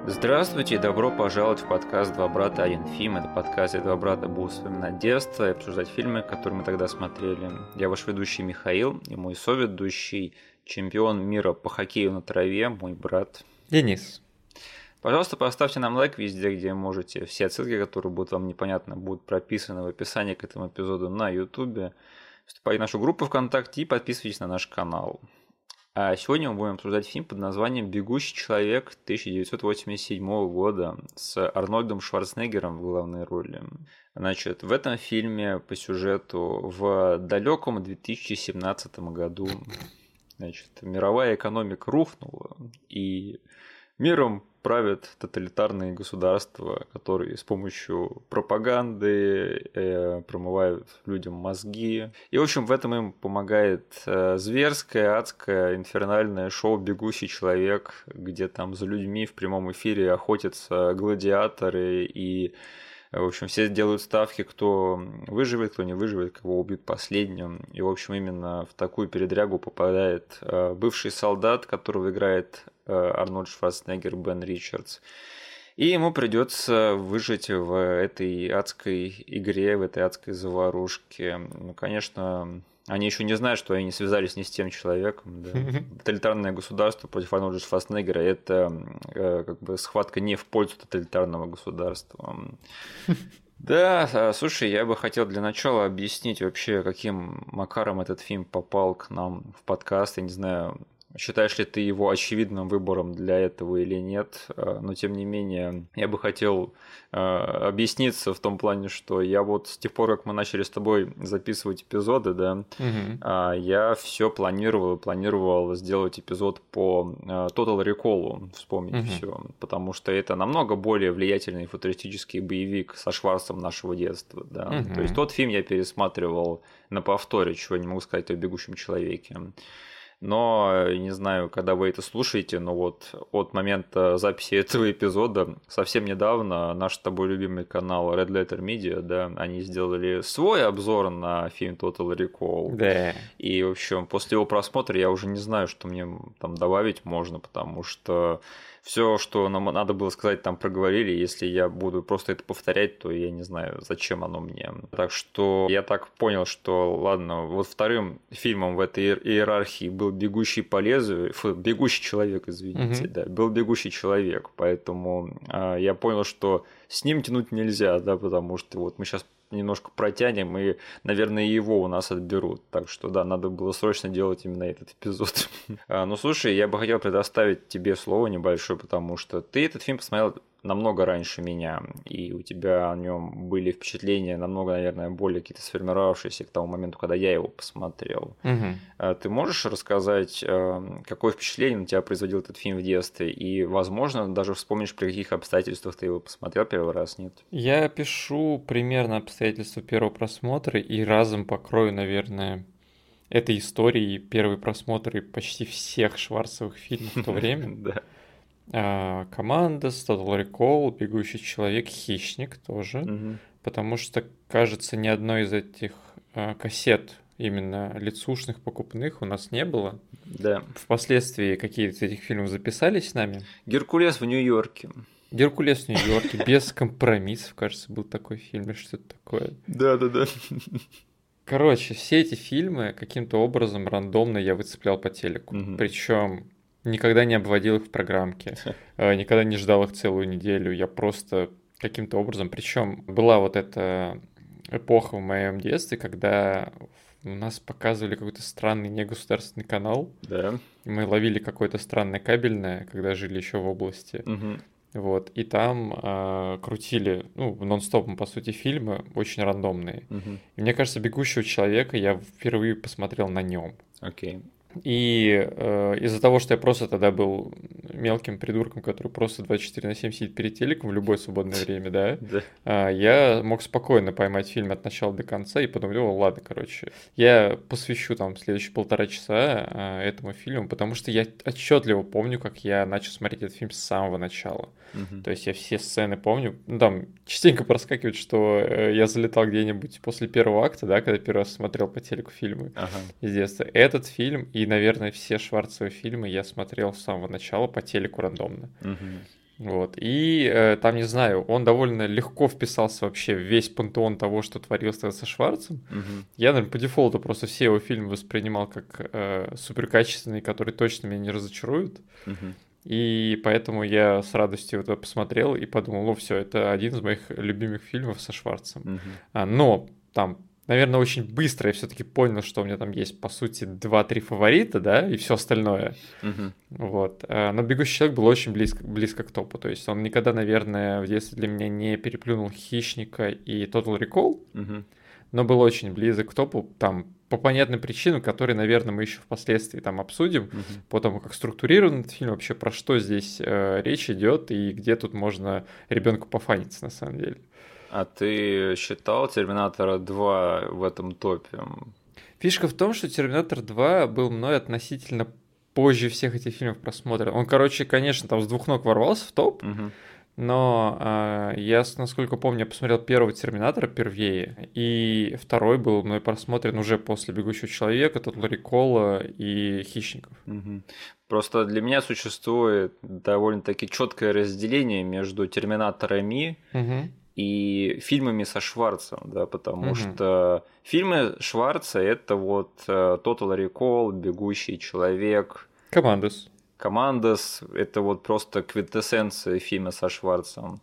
Здравствуйте и добро пожаловать в подкаст «Два брата. Один фильм». Это подкаст, где два брата будут вспоминать детство и обсуждать фильмы, которые мы тогда смотрели. Я ваш ведущий Михаил и мой соведущий, чемпион мира по хоккею на траве, мой брат Денис. Пожалуйста, поставьте нам лайк везде, где можете. Все ссылки, которые будут вам непонятны, будут прописаны в описании к этому эпизоду на YouTube. Вступайте в нашу группу ВКонтакте и подписывайтесь на наш канал. А сегодня мы будем обсуждать фильм под названием «Бегущий человек» 1987 года с Арнольдом Шварценеггером в главной роли. Значит, в этом фильме по сюжету в далеком 2017 году мировая экономика рухнула, и миром правят тоталитарные государства, которые с помощью пропаганды промывают людям мозги. И, в общем, в этом им помогает зверское, адское, инфернальное шоу «Бегущий человек», где там за людьми в прямом эфире охотятся гладиаторы и... В общем, все делают ставки, кто выживет, кто не выживет, кого убьют последним. И, в общем, именно в такую передрягу попадает бывший солдат, которого играет Арнольд Шварценеггер, Бен Ричардс. И ему придется выжить в этой адской игре, в этой адской заварушке. Ну, конечно, они еще не знают, что они связались не с тем человеком. Да. Тоталитарное государство против Арнольда Шварценеггера – это как бы схватка не в пользу тоталитарного государства. Да, слушай, я бы хотел для начала объяснить вообще, каким макаром этот фильм попал к нам в подкаст. Я не знаю, считаешь ли ты его очевидным выбором для этого или нет, но тем не менее я бы хотел объясниться в том плане, что я вот с тех пор, как мы начали с тобой записывать эпизоды, да, я все планировал сделать эпизод по Total Recall, вспомнить все, потому что это намного более влиятельный футуристический боевик со Шварцем нашего детства, да. То есть тот фильм я пересматривал на повторе, чего я не могу сказать о «Бегущем человеке». Но, не знаю, когда вы это слушаете, но вот от момента записи этого эпизода совсем недавно наш с тобой любимый канал Red Letter Media, да, они сделали свой обзор на фильм Total Recall. Да. И, в общем, после его просмотра я уже не знаю, что мне там добавить можно, потому что все, что нам надо было сказать, там проговорили. Если я буду просто это повторять, то я не знаю, зачем оно мне. Так что я так понял, что, ладно, вот вторым фильмом в этой иерархии был «Бегущий по лезвию», «Бегущий человек», извините, да, был «Бегущий человек», поэтому я понял, что с ним тянуть нельзя, да, потому что вот мы сейчас немножко протянем, и, наверное, его у нас отберут. Так что, да, надо было срочно делать именно этот эпизод. Ну, слушай, я бы хотел предоставить тебе слово небольшое, потому что ты этот фильм посмотрел намного раньше меня, и у тебя о нем были впечатления намного, наверное, более какие-то сформировавшиеся к тому моменту, когда я его посмотрел. Ты можешь рассказать, какое впечатление на тебя производил этот фильм в детстве, и, возможно, даже вспомнишь, при каких обстоятельствах ты его посмотрел первый раз, нет? Я опишу примерно обстоятельства первого просмотра и разом покрою, наверное, этой историей первый просмотр и почти всех шварцевых фильмов в то время. Да. Команда, Total Recall, «Бегущий человек», «Хищник» тоже, потому что, кажется, ни одной из этих кассет именно лицушных, покупных у нас не было. Да. Впоследствии какие-то из этих фильмов записались с нами. «Геркулес в Нью-Йорке». «Геркулес в Нью-Йорке», «Без компромиссов», кажется, был такой фильм или что-то такое. Да. Короче, все эти фильмы каким-то образом рандомно я выцеплял по телеку. Причем никогда не обводил их в программке, никогда не ждал их целую неделю. Я просто каким-то образом... Причем была вот эта эпоха в моем детстве, когда у нас показывали какой-то странный негосударственный канал. Да. Мы ловили какое-то странное кабельное, когда жили еще в области. Вот, и там крутили, ну, нон-стопом, по сути, фильмы очень рандомные. И мне кажется, «Бегущего человека» я впервые посмотрел на нем. Окей. И из-за того, что я просто тогда был мелким придурком, который просто 24/7 сидит перед телеком в любое свободное время, да, я мог спокойно поймать фильм от начала до конца и подумал, ладно, короче, я посвящу там следующие 1,5 часа этому фильму, потому что я отчетливо помню, как я начал смотреть этот фильм с самого начала. То есть я все сцены помню, ну, там частенько проскакивает, что я залетал где-нибудь после первого акта, да, когда первый раз смотрел по телеку фильмы из детства. Этот фильм и, наверное, все шварцевые фильмы я смотрел с самого начала по телеку рандомно. Вот. И там, не знаю, он довольно легко вписался вообще в весь пантеон того, что творилось со Шварцем. Я, наверное, по дефолту просто все его фильмы воспринимал как суперкачественные, которые точно меня не разочаруют. И поэтому я с радостью это посмотрел и подумал, ну все, это один из моих любимых фильмов со Шварцем. Но там, наверное, очень быстро я все-таки понял, что у меня там есть, по сути, 2-3 фаворита, да, и все остальное. Вот. Но «Бегущий человек» был очень близко к топу. То есть он никогда, наверное, в детстве для меня не переплюнул «Хищника» и «Total Recall», но был очень близок к топу, там, по понятным причинам, которые, наверное, мы еще впоследствии там обсудим, по тому, как структурирован этот фильм, вообще про что здесь речь идет и где тут можно ребенку пофаниться на самом деле. А ты считал «Терминатора 2» в этом топе? Фишка в том, что «Терминатор 2» был мной относительно позже всех этих фильмов просмотрен. Он, короче, конечно, там с двух ног ворвался в топ, но я, насколько помню, я посмотрел первого «Терминатора» первее, и второй был мной просмотрен уже после «Бегущего человека», «Total Recall» и «Хищников». Просто для меня существует довольно-таки четкое разделение между «Терминаторами» и фильмами со Шварцем, да, потому что фильмы Шварца — это вот Total Recall, «Бегущий человек», «Командос» — это вот просто квинтэссенция фильма со Шварцем.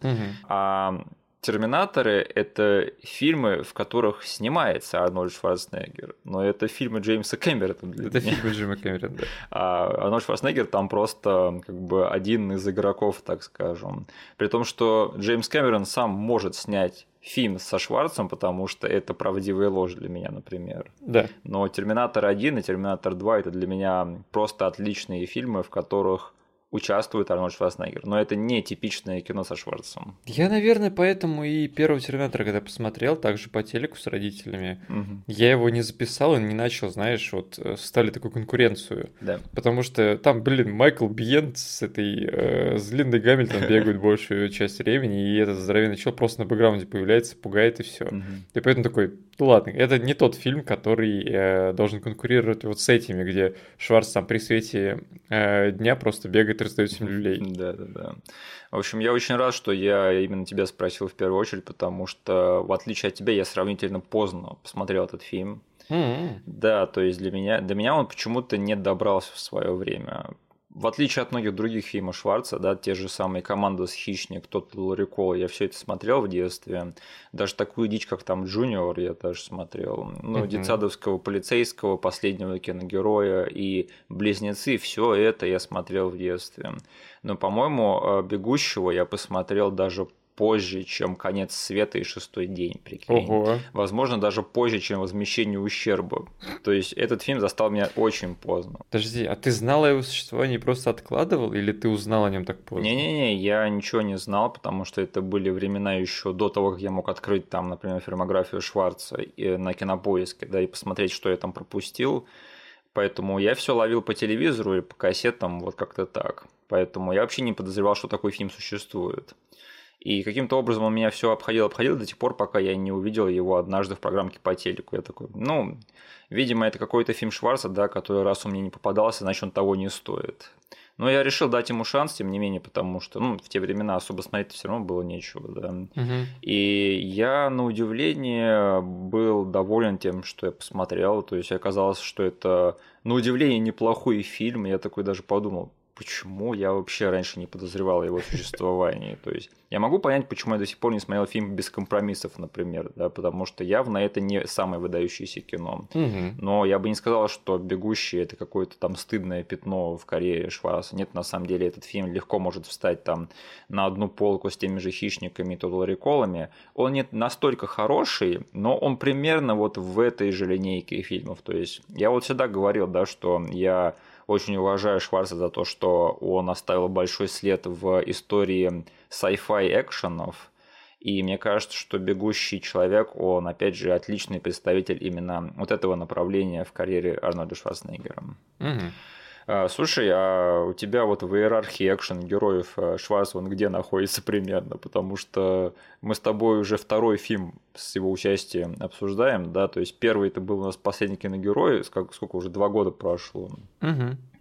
А «Терминаторы» — это фильмы, в которых снимается Арнольд Шварценеггер, но это фильмы Джеймса Кэмерона. Это фильмы Джима Кэмерона, да. А Арнольд Шварценеггер там просто как бы один из игроков, так скажем. При том, что Джеймс Кэмерон сам может снять фильм со Шварцем, потому что это правдивая ложь для меня, например. Да. Но «Терминатор 1» и «Терминатор 2» — это для меня просто отличные фильмы, в которых участвует Арнольд Шварценеггер. Но это не типичное кино со Шварцем. Я, наверное, поэтому и первого «Терминатора», когда посмотрел, также по телеку с родителями, я его не записал и не начал, знаешь, вот стали такую конкуренцию. Да. Потому что там, Майкл Биен с Линдой Гамильтон бегают большую часть времени, и этот здоровенный чел просто на бэкграунде появляется, пугает и все. И поэтому такой, ну ладно, это не тот фильм, который должен конкурировать вот с этими, где Шварц там при свете дня просто бегает и раздает всем люлей. Да. В общем, я очень рад, что я именно тебя спросил в первую очередь, потому что, в отличие от тебя, я сравнительно поздно посмотрел этот фильм. Да, то есть до меня он почему-то не добрался в свое время. В отличие от многих других фильмов Шварца, да, те же самые «Командос», «Хищник», «Total Recall», я все это смотрел в детстве. Даже такую дичь, как там «Джуниор», я даже смотрел. Ну, детсадовского полицейского, последнего киногероя и «Близнецы», все это я смотрел в детстве. Но, по-моему, «Бегущего» я посмотрел даже позже, чем «Конец света» и «Шестой день», прикинь. Ого. Возможно, даже позже, чем «Возмещение ущерба». То есть этот фильм застал меня очень поздно. Подожди, а ты знал о его существовании и просто откладывал, или ты узнал о нем так поздно? Не-не-не, я ничего не знал, потому что это были времена еще до того, как я мог открыть там, например, фильмографию Шварца на Кинопоиске, да, и посмотреть, что я там пропустил. Поэтому я все ловил по телевизору или по кассетам, вот как-то так. Поэтому я вообще не подозревал, что такой фильм существует. И каким-то образом он меня все обходил до тех пор, пока я не увидел его однажды в программке по телеку. Я такой, ну, видимо, это какой-то фильм Шварца, да, который раз он мне не попадался, значит, он того не стоит. Но я решил дать ему шанс, тем не менее, потому что, ну, в те времена особо смотреть все равно было нечего, да. И я, на удивление, был доволен тем, что я посмотрел. То есть оказалось, что это, на удивление, неплохой фильм. Я такой даже подумал, почему я вообще раньше не подозревал о его существовании. То есть я могу понять, почему я до сих пор не смотрел фильм «Без компромиссов», например, да, потому что явно это не самое выдающееся кино. Но я бы не сказал, что «Бегущий» — это какое-то там стыдное пятно в карьере Шварца. Нет, на самом деле этот фильм легко может встать там на одну полку с теми же «Хищниками» и «Total Recall'ами». Он не настолько хороший, но он примерно вот в этой же линейке фильмов. То есть я вот всегда говорил, да, что я очень уважаю Шварца за то, что он оставил большой след в истории sci-fi экшенов. И мне кажется, что «Бегущий человек», он, опять же, отличный представитель именно вот этого направления в карьере Арнольда Шварценеггера. Слушай, а у тебя вот в иерархии экшен-героев Шварц, он где находится примерно? Потому что мы с тобой уже второй фильм с его участием обсуждаем, да, то есть первый это был у нас «Последний киногерой», сколько уже 2 года прошло.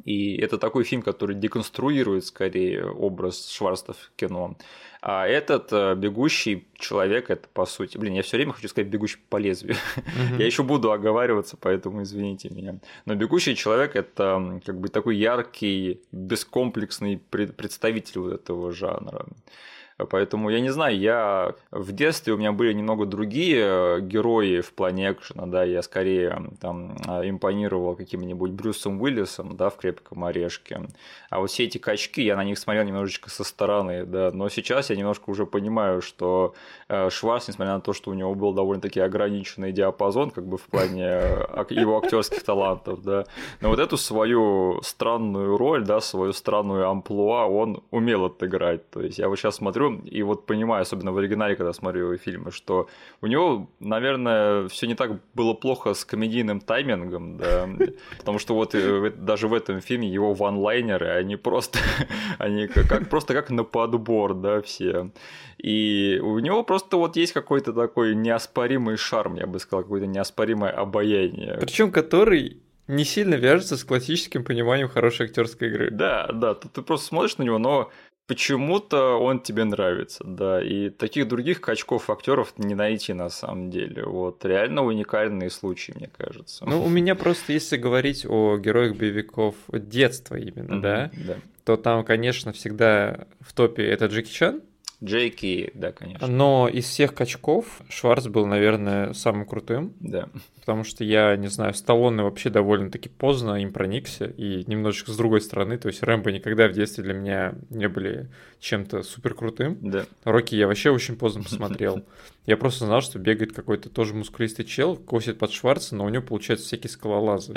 И это такой фильм, который деконструирует скорее образ Шварца в кино. А этот «Бегущий человек» — это по сути... Блин, я все время хочу сказать «Бегущий по лезвию». Я еще буду оговариваться, поэтому извините меня. Но «Бегущий человек» — это как бы такой яркий, бескомплексный представитель вот этого жанра. Поэтому, я не знаю, я в детстве у меня были немного другие герои в плане экшена, да, я скорее там импонировал каким-нибудь Брюсом Уиллисом, да, в «Крепком орешке», а вот все эти качки, я на них смотрел немножечко со стороны, да, но сейчас я немножко уже понимаю, что Шварц, несмотря на то, что у него был довольно-таки ограниченный диапазон, как бы в плане его актерских талантов, да, но вот эту свою странную роль, да, свою странную амплуа он умел отыграть, то есть я вот сейчас смотрю и вот понимаю, особенно в оригинале, когда смотрю его фильмы, что у него, наверное, все не так было плохо с комедийным таймингом, да, потому что вот даже в этом фильме его ванлайнеры, они просто, просто как на подбор, да, все. И у него просто вот есть какой-то такой неоспоримый шарм, я бы сказал, какое-то неоспоримое обаяние. Причем который не сильно вяжется с классическим пониманием хорошей актерской игры. Да, ты просто смотришь на него, но почему-то он тебе нравится, да, и таких других качков-актеров не найти на самом деле, вот, реально уникальные случаи, мне кажется. Ну, у меня просто, если говорить о героях боевиков детства именно, да, то там, конечно, всегда в топе это Джеки Чан. Джеки, да, конечно. Но из всех качков Шварц был, наверное, самым крутым. Да. Потому что я, не знаю, Сталлоне вообще довольно-таки поздно им проникся. И немножечко с другой стороны, то есть Рэмбо никогда в детстве для меня не были чем-то супер крутым. Да. Рокки я вообще очень поздно посмотрел. Я просто знал, что бегает какой-то тоже мускулистый чел, косит под Шварца, но у него получаются всякие скалолазы.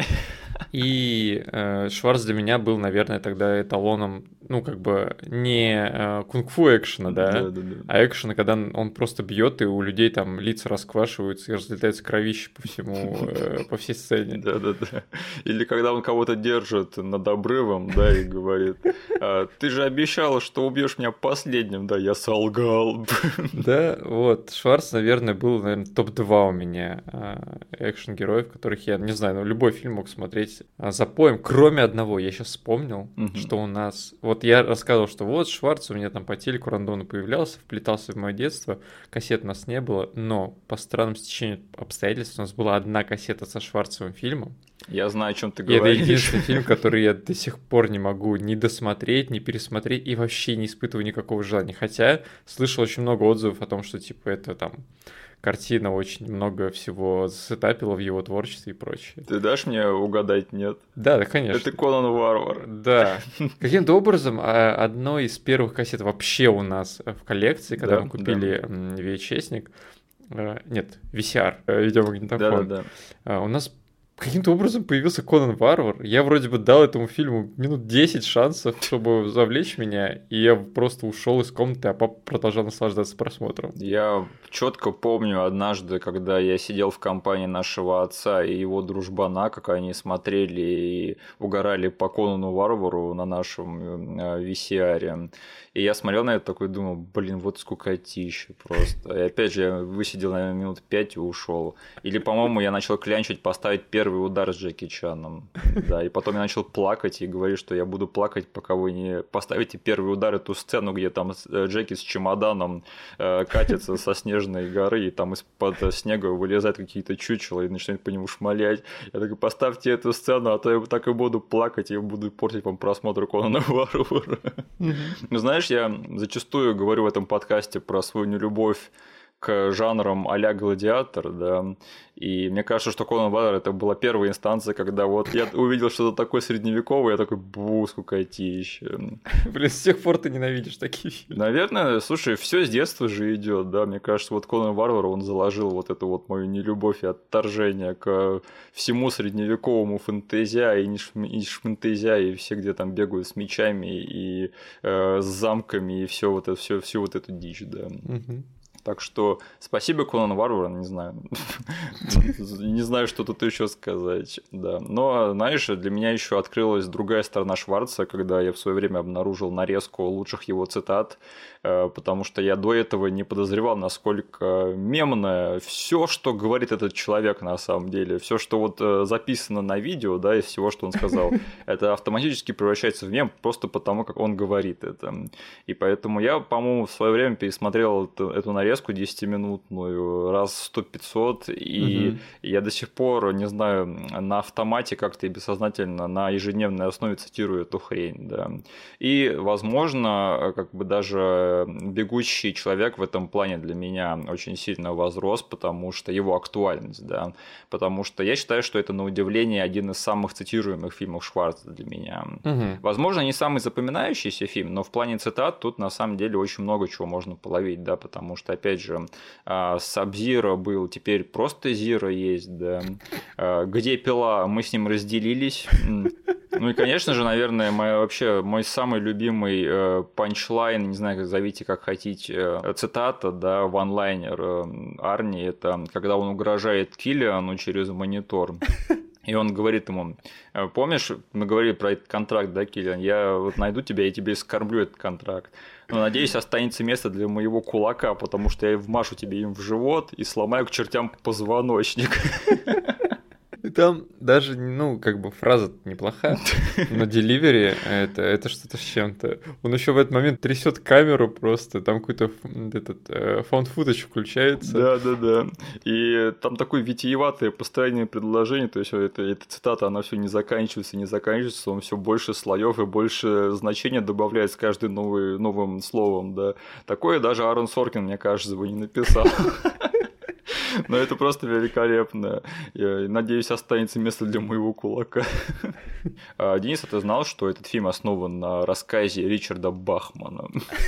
И Шварц для меня был, наверное, тогда эталоном, ну, как бы не кунг-фу экшена, да, а экшена, когда он просто бьет, и у людей там лица расквашиваются и разлетается кровище по всему, по всей сцене. Да. Или когда он кого-то держит над обрывом, да, и говорит: ты же обещала, что убьешь меня последним, да, я солгал. Да, вот, Шварц, наверное, был, топ-2 у меня экшен-героев, которых я, не знаю, любой фильм мог смотреть запоем, кроме одного. Я сейчас вспомнил, что у нас... Вот я рассказывал, что вот Шварц у меня там по телеку рандомно появлялся, вплетался в мое детство, кассет у нас не было, но по странному стечению обстоятельств у нас была одна кассета со Шварцевым фильмом. Я знаю, о чем ты говоришь. И это единственный фильм, который я до сих пор не могу ни досмотреть, ни пересмотреть, и вообще не испытываю никакого желания. Хотя слышал очень много отзывов о том, что типа это там картина очень много всего засетапила в его творчестве и прочее. Ты дашь мне угадать, нет? Да, конечно. Это Конан Варвар. Да. Каким-то образом одной из первых кассет вообще у нас в коллекции, когда мы купили VHS-ник, нет, VCR, видеомагнитофон, у нас каким-то образом появился Конан Варвар. Я вроде бы дал этому фильму минут 10 шансов, чтобы завлечь меня, и я просто ушел из комнаты, а папа продолжал наслаждаться просмотром. Я четко помню однажды, когда я сидел в компании нашего отца и его дружбана, как они смотрели и угорали по Конану Варвару на нашем VCR. И я смотрел на это такой, думал, блин, вот скукотища просто. И опять же, я высидел, наверное, минут 5 и ушел. Или, по-моему, я начал клянчить поставить первый удар с Джеки Чаном. Да, и потом я начал плакать и говорить, что я буду плакать, пока вы не поставите первый удар, эту сцену, где там Джеки с чемоданом катится со снежной горы, и там из-под снега вылезают какие-то чучела и начинают по нему шмалять. Я такой, поставьте эту сцену, а то я так и буду плакать и буду портить вам просмотр Конана Варвара. Ну, знаешь, я зачастую говорю в этом подкасте про свою нелюбовь к жанрам а-ля «Гладиатор», да, и мне кажется, что Конан Варвар — это была первая инстанция, когда вот я увидел что-то такое средневековое, я такой, скукотища. Блин, с тех пор ты ненавидишь такие фильмы. Наверное, слушай, все с детства же идет, да, мне кажется, вот Конан Варвар, он заложил вот эту вот мою нелюбовь и отторжение к всему средневековому фэнтезиа и не шментезиа, и все, где там бегают с мечами и с замками, и всю вот эту дичь, да. Так что спасибо, Конан Варвар, не знаю. Не знаю, что тут еще сказать. Да. Но, знаешь, для меня еще открылась другая сторона Шварца, когда я в свое время обнаружил нарезку лучших его цитат, потому что я до этого не подозревал, насколько мемное все, что говорит этот человек на самом деле, все, что вот записано на видео, да, из всего, что он сказал, это автоматически превращается в мем просто потому, как он говорит это. И поэтому я, по-моему, в свое время пересмотрел эту нарезку 10-минутную раз 100-500, и я до сих пор, не знаю, на автомате как-то и бессознательно на ежедневной основе цитирую эту хрень, да. И, возможно, как бы даже «Бегущий человек» в этом плане для меня очень сильно возрос, потому что его актуальность, да, потому что я считаю, что это, на удивление, один из самых цитируемых фильмов Шварца для меня. Возможно, не самый запоминающийся фильм, но в плане цитат тут на самом деле очень много чего можно половить, да, потому что, опять же, Саб-Зиро был, теперь просто Зиро есть, да. Где пила, мы с ним разделились. Ну и, конечно же, наверное, мой самый любимый панчлайн, не знаю, как зовите, как хотите, цитата, да, ванлайнер Арни, это когда он угрожает Киллиану через монитор. И он говорит ему: помнишь, мы говорили про этот контракт, да, Киллиан, я вот найду тебя и тебе скормлю этот контракт. Но, надеюсь, останется место для моего кулака, потому что я вмашу тебе им в живот и сломаю к чертям позвоночник. И там даже, ну, как бы фраза неплохая, но деливери это что-то с чем-то. Он еще в этот момент трясет камеру просто, там какой-то found footage включается. Да. И там такое витиеватое построение предложений, то есть эта цитата, она все не заканчивается, он все больше слоев и больше значения добавляет с каждым новым словом, да. Такое даже Аарон Соркин, мне кажется, бы не написал. Но это просто великолепно. Я надеюсь, останется место для моего кулака. Денис, а ты знал, что этот фильм основан на рассказе Ричарда Бахмана?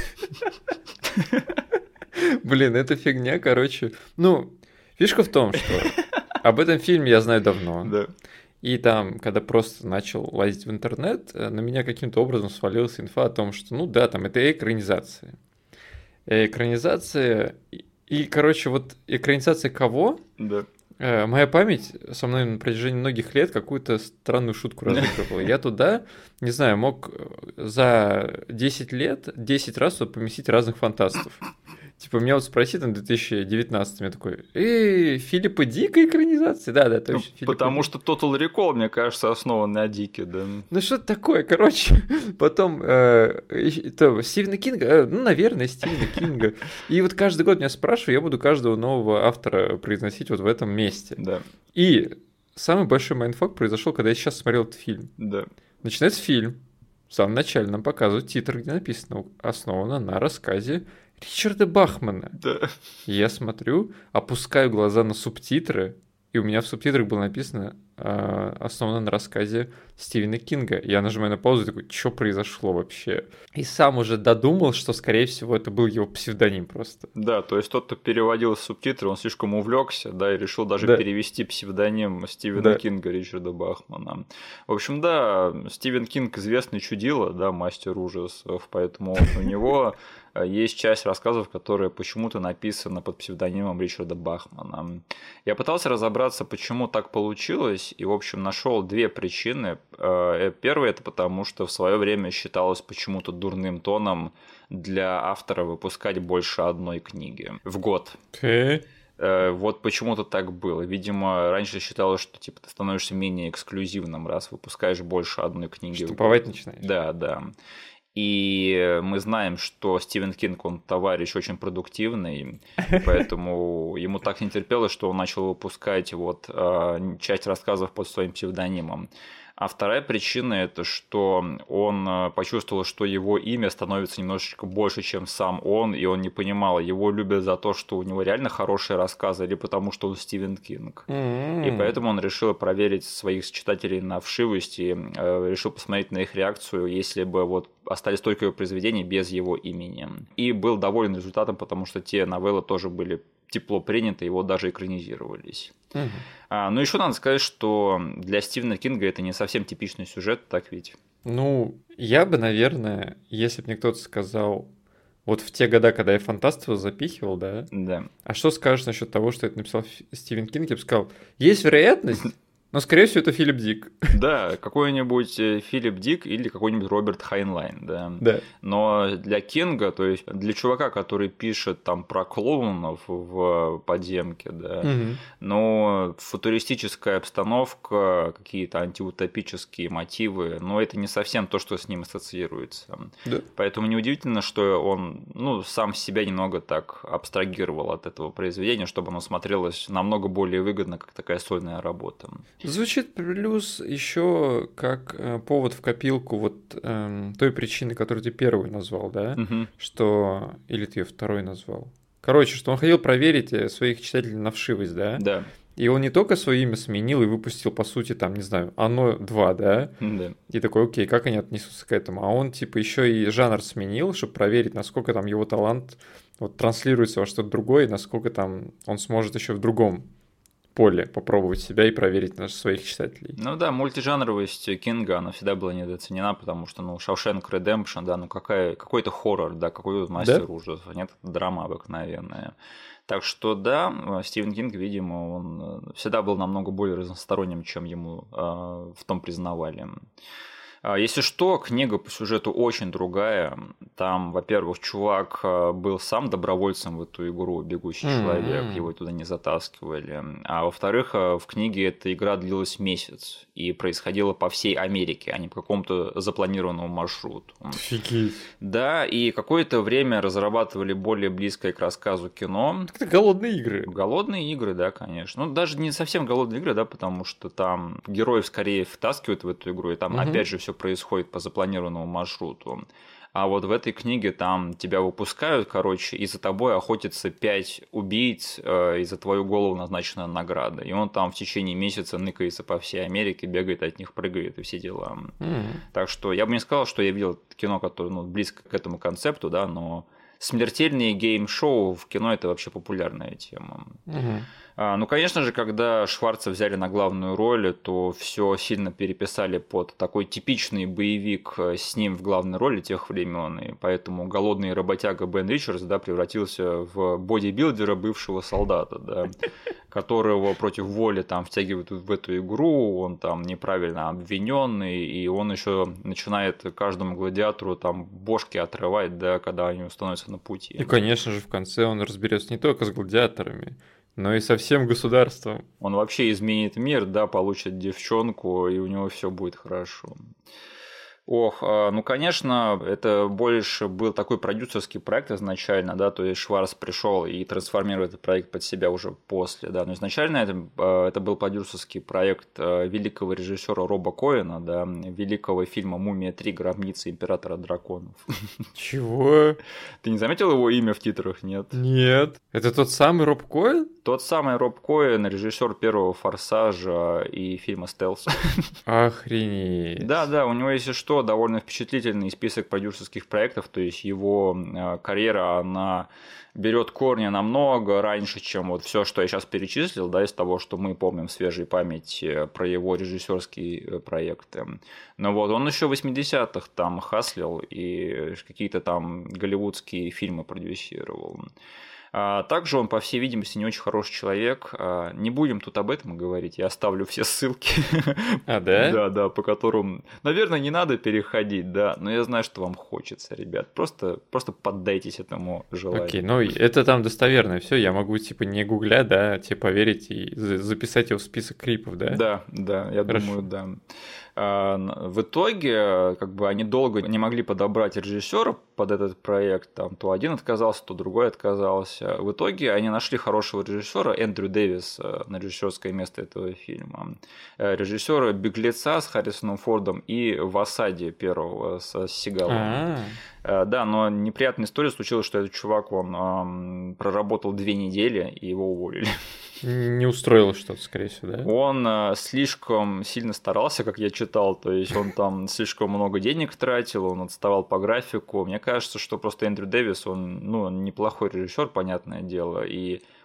Блин, это фигня, короче. Ну, фишка в том, что об этом фильме я знаю давно. Да. И там, когда просто начал лазить в интернет, на меня каким-то образом свалилась инфа о том, что, ну да, там это экранизация. Экранизация... И, короче, вот экранизация кого? Да. Моя память со мной на протяжении многих лет какую-то странную шутку разыгрывала. Я туда, не знаю, мог за 10 лет 10 раз поместить разных фантастов. Типа, меня вот спроси там в 2019, я такой: Филиппа Дика экранизация? Да, точно. Ну, потому что Total Recall, мне кажется, основан на Дике, да. Ну, что-то такое, короче. Потом Стивена Кинга, ну, наверное, Стивена Кинга. И вот каждый год меня спрашивают, я буду каждого нового автора произносить вот в этом месте. Да. И самый большой майндфак произошел, когда я сейчас смотрел этот фильм. Да. Начинается фильм. В самом начале нам показывают титр, где написано: основано на рассказе Ричарда Бахмана. Да. И я смотрю, опускаю глаза на субтитры, и у меня в субтитрах было написано основано на рассказе Стивена Кинга. Я нажимаю на паузу и такой: что произошло вообще? И сам уже додумал, что, скорее всего, это был его псевдоним просто. Да, то есть тот, кто переводил субтитры, он слишком увлекся, да, и решил даже перевести псевдоним Стивена Кинга Ричарда Бахмана. В общем, да, Стивен Кинг известный чудило, да, мастер ужасов, поэтому у него есть часть рассказов, которая почему-то написана под псевдонимом Ричарда Бахмана. Я пытался разобраться, почему так получилось, и, в общем, нашел две причины. Первая – это потому, что в свое время считалось почему-то дурным тоном для автора выпускать больше одной книги в год. Вот почему-то так было. Видимо, раньше считалось, что типа ты становишься менее эксклюзивным, раз выпускаешь больше одной книги. Штамповать начинаешь. Да. И мы знаем, что Стивен Кинг, он товарищ очень продуктивный, поэтому ему так не терпелось, что он начал выпускать вот часть рассказов под своим псевдонимом. А вторая причина – это что он почувствовал, что его имя становится немножечко больше, чем сам он, и он не понимал, его любят за то, что у него реально хорошие рассказы, или потому что он Стивен Кинг. И поэтому он решил проверить своих читателей на вшивость и решил посмотреть на их реакцию, если бы вот остались только его произведения без его имени. И был доволен результатом, потому что те новеллы тоже были тепло приняты, его даже экранизировались. Ну, еще надо сказать, что для Стивена Кинга это не совсем типичный сюжет, так ведь? Ну, я бы, наверное, если бы мне кто-то сказал, Вот в те года, когда я фантаст его запихивал, да? Да. А что скажешь насчет того, что это написал Стивен Кинг? Я бы сказал, есть вероятность, но, скорее всего, это Филипп Дик. Да, какой-нибудь Филипп Дик или какой-нибудь Роберт Хайнлайн, да. Да. Но для Кинга, то есть для чувака, который пишет там про клоунов в подземке, да, но футуристическая обстановка, какие-то антиутопические мотивы, но это не совсем то, что с ним ассоциируется. Да. Поэтому неудивительно, что он, сам себя немного так абстрагировал от этого произведения, чтобы оно смотрелось намного более выгодно, как такая сольная работа. Звучит плюс еще как повод в копилку вот той причины, которую ты первую назвал, да? Что... Или ты ее второй назвал? Короче, что он хотел проверить своих читателей на вшивость, да? Да. И он не только свое имя сменил и выпустил, по сути, там, не знаю, «Оно 2», да? Да. И такой, окей, как они отнесутся к этому? А он, типа, еще и жанр сменил, чтобы проверить, насколько там его талант вот транслируется во что-то другое, и насколько там он сможет еще в другом поле попробовать себя и проверить наших своих читателей. Ну да, мультижанровость Кинга, она всегда была недооценена, потому что, Shawshank Redemption, да, какой-то хоррор, да, какой-то мастер ужасов, нет, драма обыкновенная. Так что да, Стивен Кинг, видимо, он всегда был намного более разносторонним, чем ему в том признавали. Если что, книга по сюжету очень другая. Там, во-первых, чувак был сам добровольцем в эту игру, бегущий человек, его туда не затаскивали. А во-вторых, в книге эта игра длилась месяц и происходила по всей Америке, а не по какому-то запланированному маршруту. Офигеть. Да, и какое-то время разрабатывали более близкое к рассказу кино. Так это голодные игры. Голодные игры, да, конечно. Даже не совсем голодные игры, да, потому что там героев скорее втаскивают в эту игру, и там опять же все происходит по запланированному маршруту. А вот в этой книге там тебя выпускают, короче, и за тобой охотятся 5 убийц, и за твою голову назначена награда. И он там в течение месяца ныкается по всей Америке, бегает от них, прыгает и все дела. Так что я бы не сказал, что я видел кино, которое близко к этому концепту, да, но смертельные гейм-шоу в кино – это вообще популярная тема. Конечно же, когда Шварца взяли на главную роль, то все сильно переписали под такой типичный боевик с ним в главной роли тех времен, и поэтому голодный работяга Бен Ричардс, да, превратился в бодибилдера, бывшего солдата, да, которого против воли там втягивают в эту игру, он там неправильно обвиненный, и он еще начинает каждому гладиатору там бошки отрывать, да, когда они становятся на пути. И, конечно же, в конце он разберется не только с гладиаторами, но и со всем государством. Он вообще изменит мир, да, получит девчонку, и у него все будет хорошо. Конечно, это больше был такой продюсерский проект изначально, да, то есть Шварц пришел и трансформировал этот проект под себя уже после, да, но изначально это был продюсерский проект великого режиссера Роба Коэна, да, великого фильма «Мумия 3. Гробница императора драконов». Чего? Ты не заметил его имя в титрах, нет? Нет. Это тот самый Роб Коэн? Тот самый Роб Коэн, режиссер первого «Форсажа» и фильма «Стелс». Охренеть. Да, у него, если что, довольно впечатлительный список продюсерских проектов, то есть его карьера, она берет корни намного раньше, чем вот все, что я сейчас перечислил, да, из того, что мы помним в свежей памяти про его режиссерские проекты. Но вот он еще в 80-х там хаслил и какие-то там голливудские фильмы продюсировал. Также он, по всей видимости, не очень хороший человек. Не будем тут об этом говорить, я оставлю все ссылки. А, да? Да, по которым, наверное, не надо переходить, да, но я знаю, что вам хочется, ребят. Просто поддайтесь этому желанию. Окей, ну это там достоверно все, я могу, типа, не гугля, да, тебе поверить и записать его в список крипов, да? Да, я думаю, да. В итоге, они долго не могли подобрать режиссера под этот проект, там то один отказался, то другой отказался. В итоге они нашли хорошего режиссера Эндрю Дэвис на режиссерское место этого фильма. Режиссера «Беглеца» с Харрисоном Фордом и «В осаде» первого с Сигалом. Да, но неприятная история случилась, что этот чувак, он проработал 2 недели, и его уволили. Не устроило что-то, скорее всего, да? Он слишком сильно старался, как я читал, то есть он там слишком много денег тратил, он отставал по графику. Мне кажется, что просто Эндрю Дэвис, он неплохой режиссер, понятное дело, и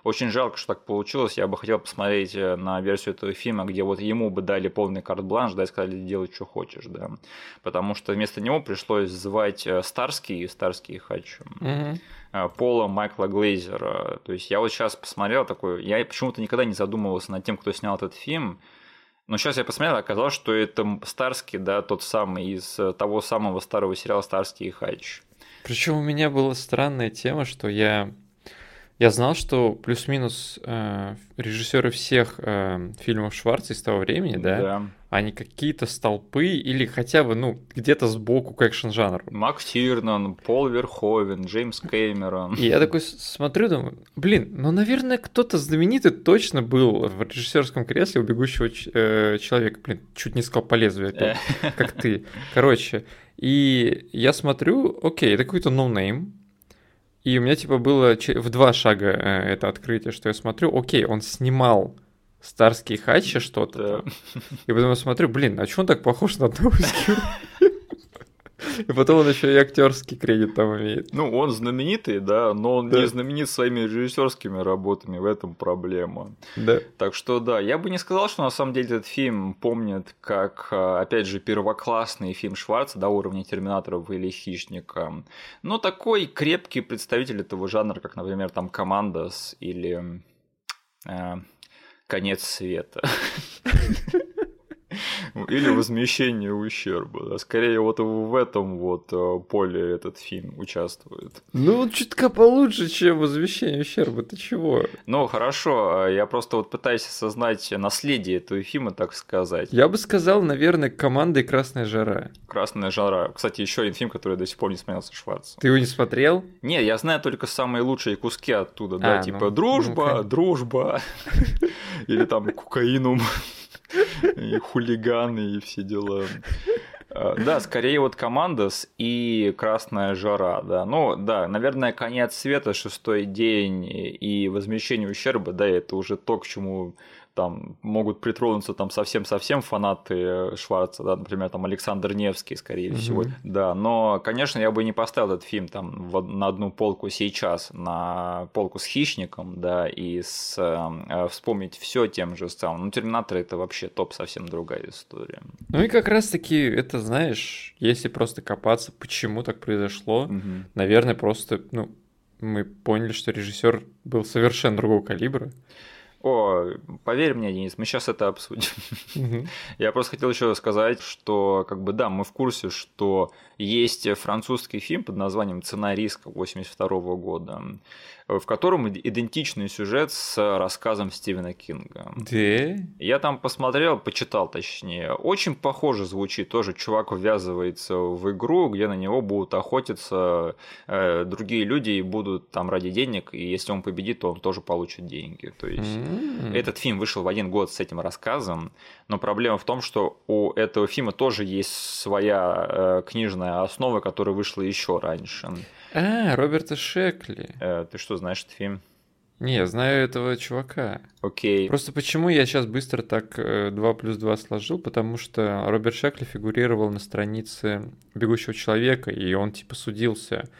очень жалко, что так получилось. Я бы хотел посмотреть на версию этого фильма, где вот ему бы дали полный карт-бланш, да, и сказали, делай, что хочешь, да. Потому что вместо него пришлось звать Старский и Хач. Пола Майкла Глейзера. То есть я вот сейчас посмотрел такой, я почему-то никогда не задумывался над тем, кто снял этот фильм. Но сейчас я посмотрел, оказалось, что это Старский, да, тот самый из того самого старого сериала «Старский и Хач». Причем у меня была странная тема, что я знал, что плюс-минус режиссеры всех фильмов Шварца из того времени, да, они какие-то столпы или хотя бы, ну, где-то сбоку к экшн-жанру. Мак Тирнан, Пол Верховен, Джеймс Кэмерон. И я такой смотрю, думаю, блин, ну, наверное, кто-то знаменитый точно был в режиссерском кресле у «Бегущего человека». Блин, чуть не сказал по лезвию, как ты. Короче, и я смотрю, окей, это какой-то ноунейм. И у меня типа было в 2 шага это открытие, что я смотрю, окей, он снимал Старский и Хача что-то. Да. И потом я смотрю, блин, а что он так похож на одного из героев? И потом он еще и актерский кредит там имеет. Ну, он знаменитый, да, но он не знаменит своими режиссерскими работами, в этом проблема. Да. Так что да, я бы не сказал, что на самом деле этот фильм помнит как, опять же, первоклассный фильм Шварца до уровня «Терминаторов» или «Хищника». Но такой крепкий представитель этого жанра, как, например, там «Командос» или «Конец света». Или «Возмещение ущерба». Да. Скорее вот в этом вот поле этот фильм участвует. Ну, чутка получше, чем «Возмещение ущерба». Ты чего? Ну, хорошо. Я просто вот пытаюсь осознать наследие этого фильма, так сказать. Я бы сказал, наверное, «Команда» и «Красная жара». «Красная жара». Кстати, еще один фильм, который я до сих пор не смотрел со Шварцем. Ты его не смотрел? Не, я знаю только самые лучшие куски оттуда, да, типа «Дружба», «Дружба», или там «Кокаинум». И хулиганы, и все дела. Да, скорее вот «Командос» и «Красная жара», да. Ну, да, наверное, «Конец света», «Шестой день» и «Возмещение ущерба», да, это уже то, к чему там могут притронуться там совсем-совсем фанаты Шварца, да, например, там Александр Невский, скорее всего, да, но, конечно, я бы не поставил этот фильм там на одну полку сейчас, на полку с «Хищником», да, и вспомнить все тем же самым. Ну, «Терминатор» — это вообще топ, совсем другая история. Ну и как раз-таки это, знаешь, если просто копаться, почему так произошло, наверное, просто, ну, мы поняли, что режиссер был совершенно другого калибра. О, поверь мне, Денис, мы сейчас это обсудим. Я просто хотел еще сказать, что, как бы, да, мы в курсе, что есть французский фильм под названием «Цена риска» 1982 года, в котором идентичный сюжет с рассказом Стивена Кинга. Да? Я там посмотрел, почитал точнее. Очень похоже звучит. Тоже чувак ввязывается в игру, где на него будут охотиться другие люди и будут там ради денег, и если он победит, то он тоже получит деньги. То есть этот фильм вышел в один год с этим рассказом, но проблема в том, что у этого фильма тоже есть своя книжная основа, которая вышла еще раньше. Роберта Шекли. Ты что, знаешь этот фильм? Не, я знаю этого чувака. Окей. Просто почему я сейчас быстро так 2 плюс 2 сложил, потому что Роберт Шекли фигурировал на странице «Бегущего человека», и он типа судился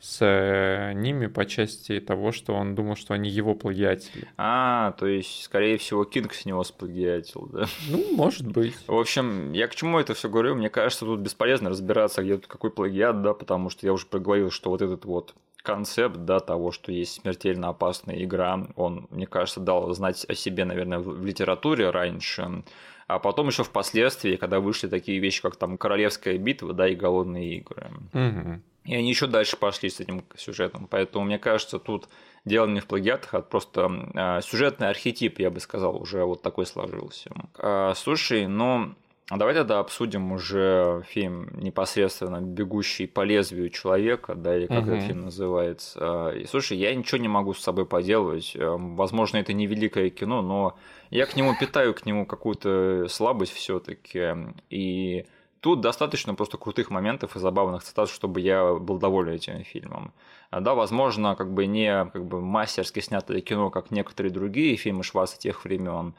с ними по части того, что он думал, что они его плагиатели. То есть, скорее всего, Кинг с него сплагиатил, да? Ну, может быть. В общем, я к чему это все говорю? Мне кажется, тут бесполезно разбираться, где тут какой плагиат, да, потому что я уже проговорил, что вот этот вот концепт, да, того, что есть смертельно опасная игра, он, мне кажется, дал знать о себе, наверное, в литературе раньше, а потом еще впоследствии, когда вышли такие вещи, как там «Королевская битва», да, и «Голодные игры». И они еще дальше пошли с этим сюжетом. Поэтому, мне кажется, тут дело не в плагиатах, а просто сюжетный архетип, я бы сказал, уже вот такой сложился. Слушай, ну, давай тогда обсудим уже фильм непосредственно «Бегущий по лезвию человека», да, или как этот фильм называется. И, слушай, я ничего не могу с собой поделать. Возможно, это не великое кино, но я питаю к нему какую-то слабость все-таки. И тут достаточно просто крутых моментов и забавных цитат, чтобы я был доволен этим фильмом. Да, возможно, как бы не мастерски снятое кино, как некоторые другие фильмы Шварца тех времен,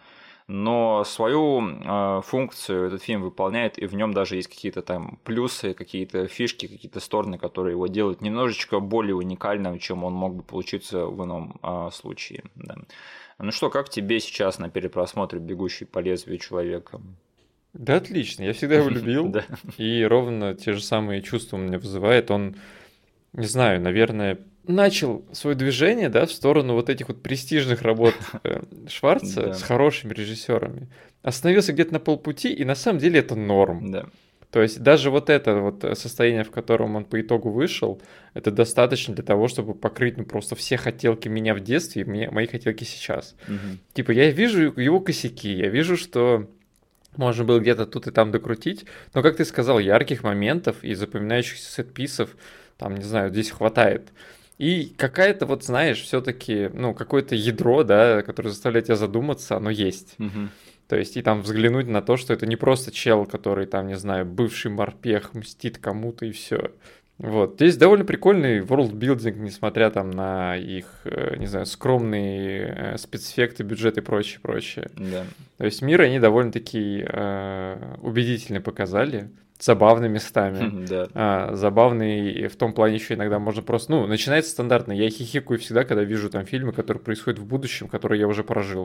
но свою функцию этот фильм выполняет, и в нем даже есть какие-то там плюсы, какие-то фишки, какие-то стороны, которые его делают немножечко более уникальным, чем он мог бы получиться в ином случае. Да. Ну что, как тебе сейчас на перепросмотре «Бегущий по лезвию человека»? Да, отлично, я всегда его любил, и ровно те же самые чувства он мне вызывает. Он, не знаю, наверное, начал свое движение, да, в сторону вот этих вот престижных работ Шварца с хорошими режиссерами. Остановился где-то на полпути, и на самом деле это норм. Да. То есть даже вот это вот состояние, в котором он по итогу вышел, это достаточно для того, чтобы покрыть просто все хотелки меня в детстве и мои хотелки сейчас. Типа я вижу его косяки, я вижу, что можно было где-то тут и там докрутить, но, как ты сказал, ярких моментов и запоминающихся сет-писов, там, не знаю, здесь хватает. И какая-то, вот знаешь, все-таки, ну, какое-то ядро, да, которое заставляет тебя задуматься, оно есть. То есть и там взглянуть на то, что это не просто чел, который там, не знаю, бывший морпех, мстит кому-то и все. Вот. Здесь довольно прикольный world-building, несмотря там на их, не знаю, скромные спецэффекты, бюджеты и прочее. Да. То есть мир они довольно-таки убедительно показали, забавными местами. Да. Забавный в том плане еще иногда можно просто... Ну, начинается стандартно. Я хихикаю всегда, когда вижу там фильмы, которые происходят в будущем, которые я уже прожил.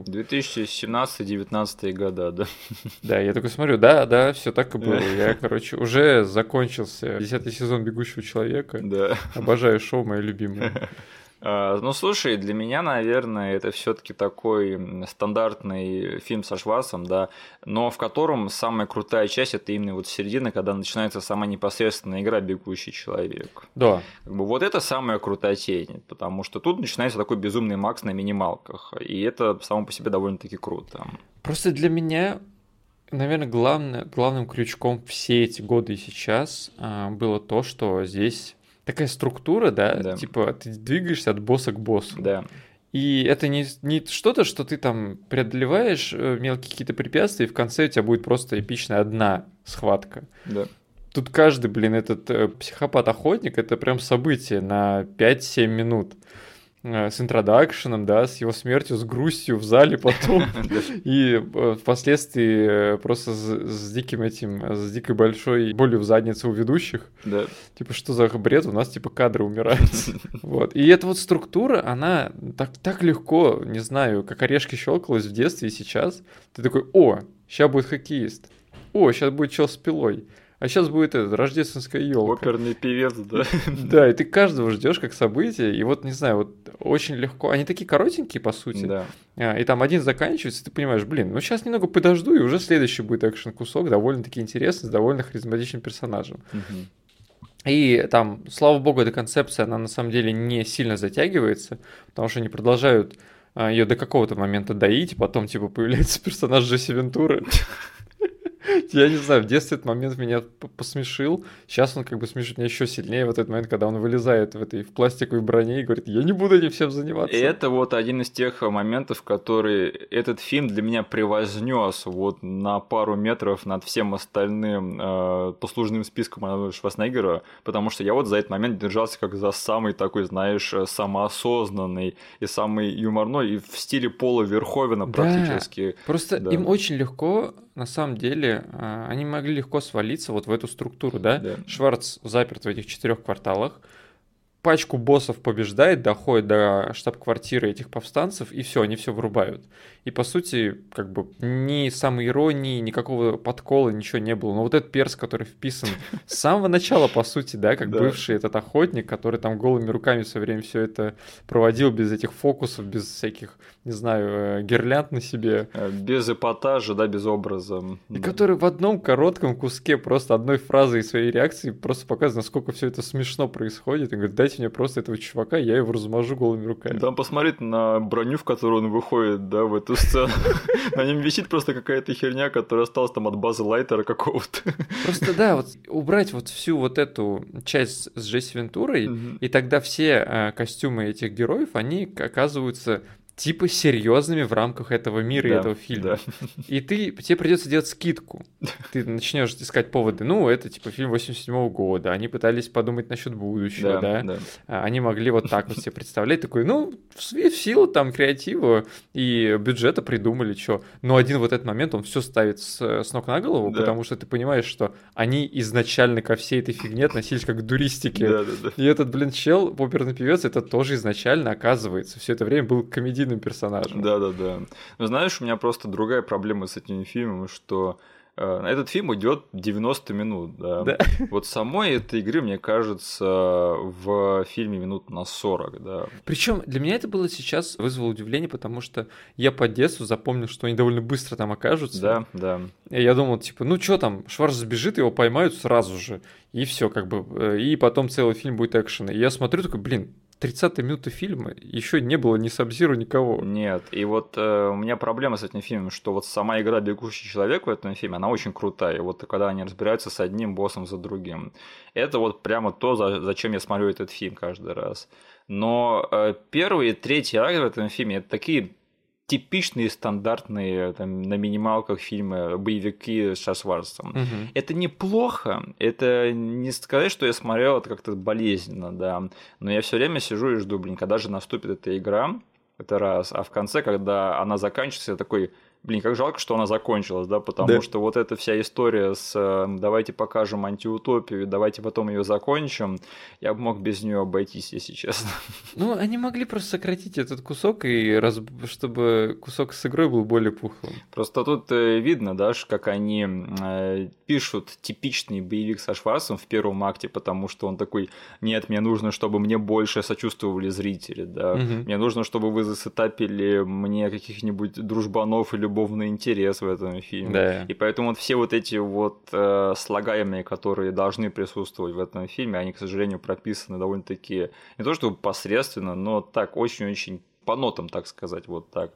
2017-19 года, да. Да, я такой смотрю, да, все так и было. Я, короче, уже закончился 10-й сезон «Бегущего человека». Да. Обожаю шоу, мое любимое. Ну, слушай, для меня, наверное, это все-таки такой стандартный фильм со Шварцем, да, но в котором самая крутая часть это именно вот середина, когда начинается сама непосредственная игра «Бегущий человек». Да. Как бы вот это самая крутая тень, потому что тут начинается такой безумный Макс на минималках, и это само по себе довольно-таки круто. Просто для меня, наверное, главным крючком все эти годы и сейчас было то, что здесь такая структура, да, типа ты двигаешься от босса к боссу. Да. И это не что-то, что ты там преодолеваешь мелкие какие-то препятствия, и в конце у тебя будет просто эпичная одна схватка. Да. Тут каждый, этот психопат-охотник, это прям событие на 5-7 минут. С интродакшеном, да, с его смертью, с грустью в зале потом, и впоследствии просто с дикой большой болью в заднице у ведущих. Да. Типа, что за бред, у нас типа кадры умирают. Вот. И эта вот структура, она так легко, не знаю, как орешки щелкалась в детстве и сейчас. Ты такой, сейчас будет хоккеист, сейчас будет чел с пилой. А сейчас будет рождественская елка. Оперный певец, да. Да, и ты каждого ждешь как событие, и вот, не знаю, вот очень легко. Они такие коротенькие, по сути. Да. И там один заканчивается, и ты понимаешь, ну сейчас немного подожду, и уже следующий будет экшен-кусок, довольно-таки интересный, с довольно харизматичным персонажем. И там, слава богу, эта концепция, она на самом деле не сильно затягивается, потому что они продолжают ее до какого-то момента доить, потом типа появляется персонаж Джесси Вентуры. Я не знаю, в детстве этот момент меня посмешил. Сейчас он как бы смешит меня еще сильнее. Вот этот момент, когда он вылезает в пластиковой броне и говорит, я не буду этим всем заниматься. И это вот один из тех моментов, который этот фильм для меня превознес вот на пару метров над всем остальным послужным списком Арнольда Шварценеггера, потому что я вот за этот момент держался как за самый такой, знаешь, самоосознанный и самый юморной, и в стиле Пола Верховена практически. Просто им очень легко, на самом деле, они могли легко свалиться вот в эту структуру, да? Шварц заперт в этих 4 кварталах, пачку боссов побеждает, доходит до штаб-квартиры этих повстанцев, и все, они все вырубают. И, по сути, как бы ни самоиронии, никакого подкола, ничего не было. Но вот этот перс, который вписан с самого начала, по сути, да, как бывший этот охотник, который там голыми руками все время все это проводил без этих фокусов, без всяких, не знаю, гирлянд на себе. Без эпатажа, да, без образа. И который в одном коротком куске просто одной фразой и своей реакцией просто показывает, насколько все это смешно происходит. И говорит, дайте мне просто этого чувака, я его размажу голыми руками. Там посмотреть на броню, в которую он выходит, да, в эту сцену. На нем висит просто какая-то херня, которая осталась там от База Лайтера какого-то. Просто да, вот убрать вот всю вот эту часть с Джесси Вентурой, и тогда все костюмы этих героев, они оказываются типа серьезными в рамках этого мира и этого фильма. И тебе придется делать скидку. Ты начнешь искать поводы. Ну, это типа фильм 87-го года. Они пытались подумать насчет будущего, да. Они могли вот так вот себе представлять. Такой, ну, в силу там креатива и бюджета придумали, что. Но один вот этот момент, он все ставит с ног на голову, потому что ты понимаешь, что они изначально ко всей этой фигне относились как к дуристике. И этот, блин, чел, оперный певец, это тоже изначально, оказывается, все это время был комедийным персонажем. Да. Ну, знаешь, у меня просто другая проблема с этим фильмом, что этот фильм идет 90 минут. Да. Вот самой этой игры, мне кажется, в фильме минут на 40. Да. Причем для меня это было сейчас вызвало удивление, потому что я по детству запомнил, что они довольно быстро там окажутся. Да. И я думал, типа, ну что там, Шварц забежит, его поймают сразу же. И все, как бы. И потом целый фильм будет экшен. И я смотрю, такой, блин, 30-й минуты фильма, еще не было ни Саб-Зиро, никого. Нет, и вот у меня проблема с этим фильмом, что вот сама игра «Бегущий человек» в этом фильме, она очень крутая. И вот когда они разбираются с одним боссом за другим, это вот прямо то, зачем я смотрю этот фильм каждый раз. Но первый и третий акт в этом фильме – это такие типичные, стандартные там, на минималках фильмы, боевики с Шварцем. Это неплохо, это не сказать, что я смотрел это как-то болезненно, да, но я все время сижу и жду, когда же наступит эта игра, это раз, а в конце, когда она заканчивается, я такой, как жалко, что она закончилась, да, потому что вот эта вся история с давайте покажем антиутопию, давайте потом ее закончим, я бы мог без нее обойтись, если честно. Ну, они могли просто сократить этот кусок, и чтобы кусок с игрой был более пухлым. Просто тут видно, да, как они пишут типичный боевик со Шварцем в первом акте, потому что он такой, нет, мне нужно, чтобы мне больше сочувствовали зрители, да, мне нужно, чтобы вы засетапили мне каких-нибудь дружбанов или любовный интерес в этом фильме. Да. И поэтому вот все вот эти вот слагаемые, которые должны присутствовать в этом фильме, они, к сожалению, прописаны довольно-таки не то чтобы посредственно, но так очень-очень по нотам, так сказать, вот так.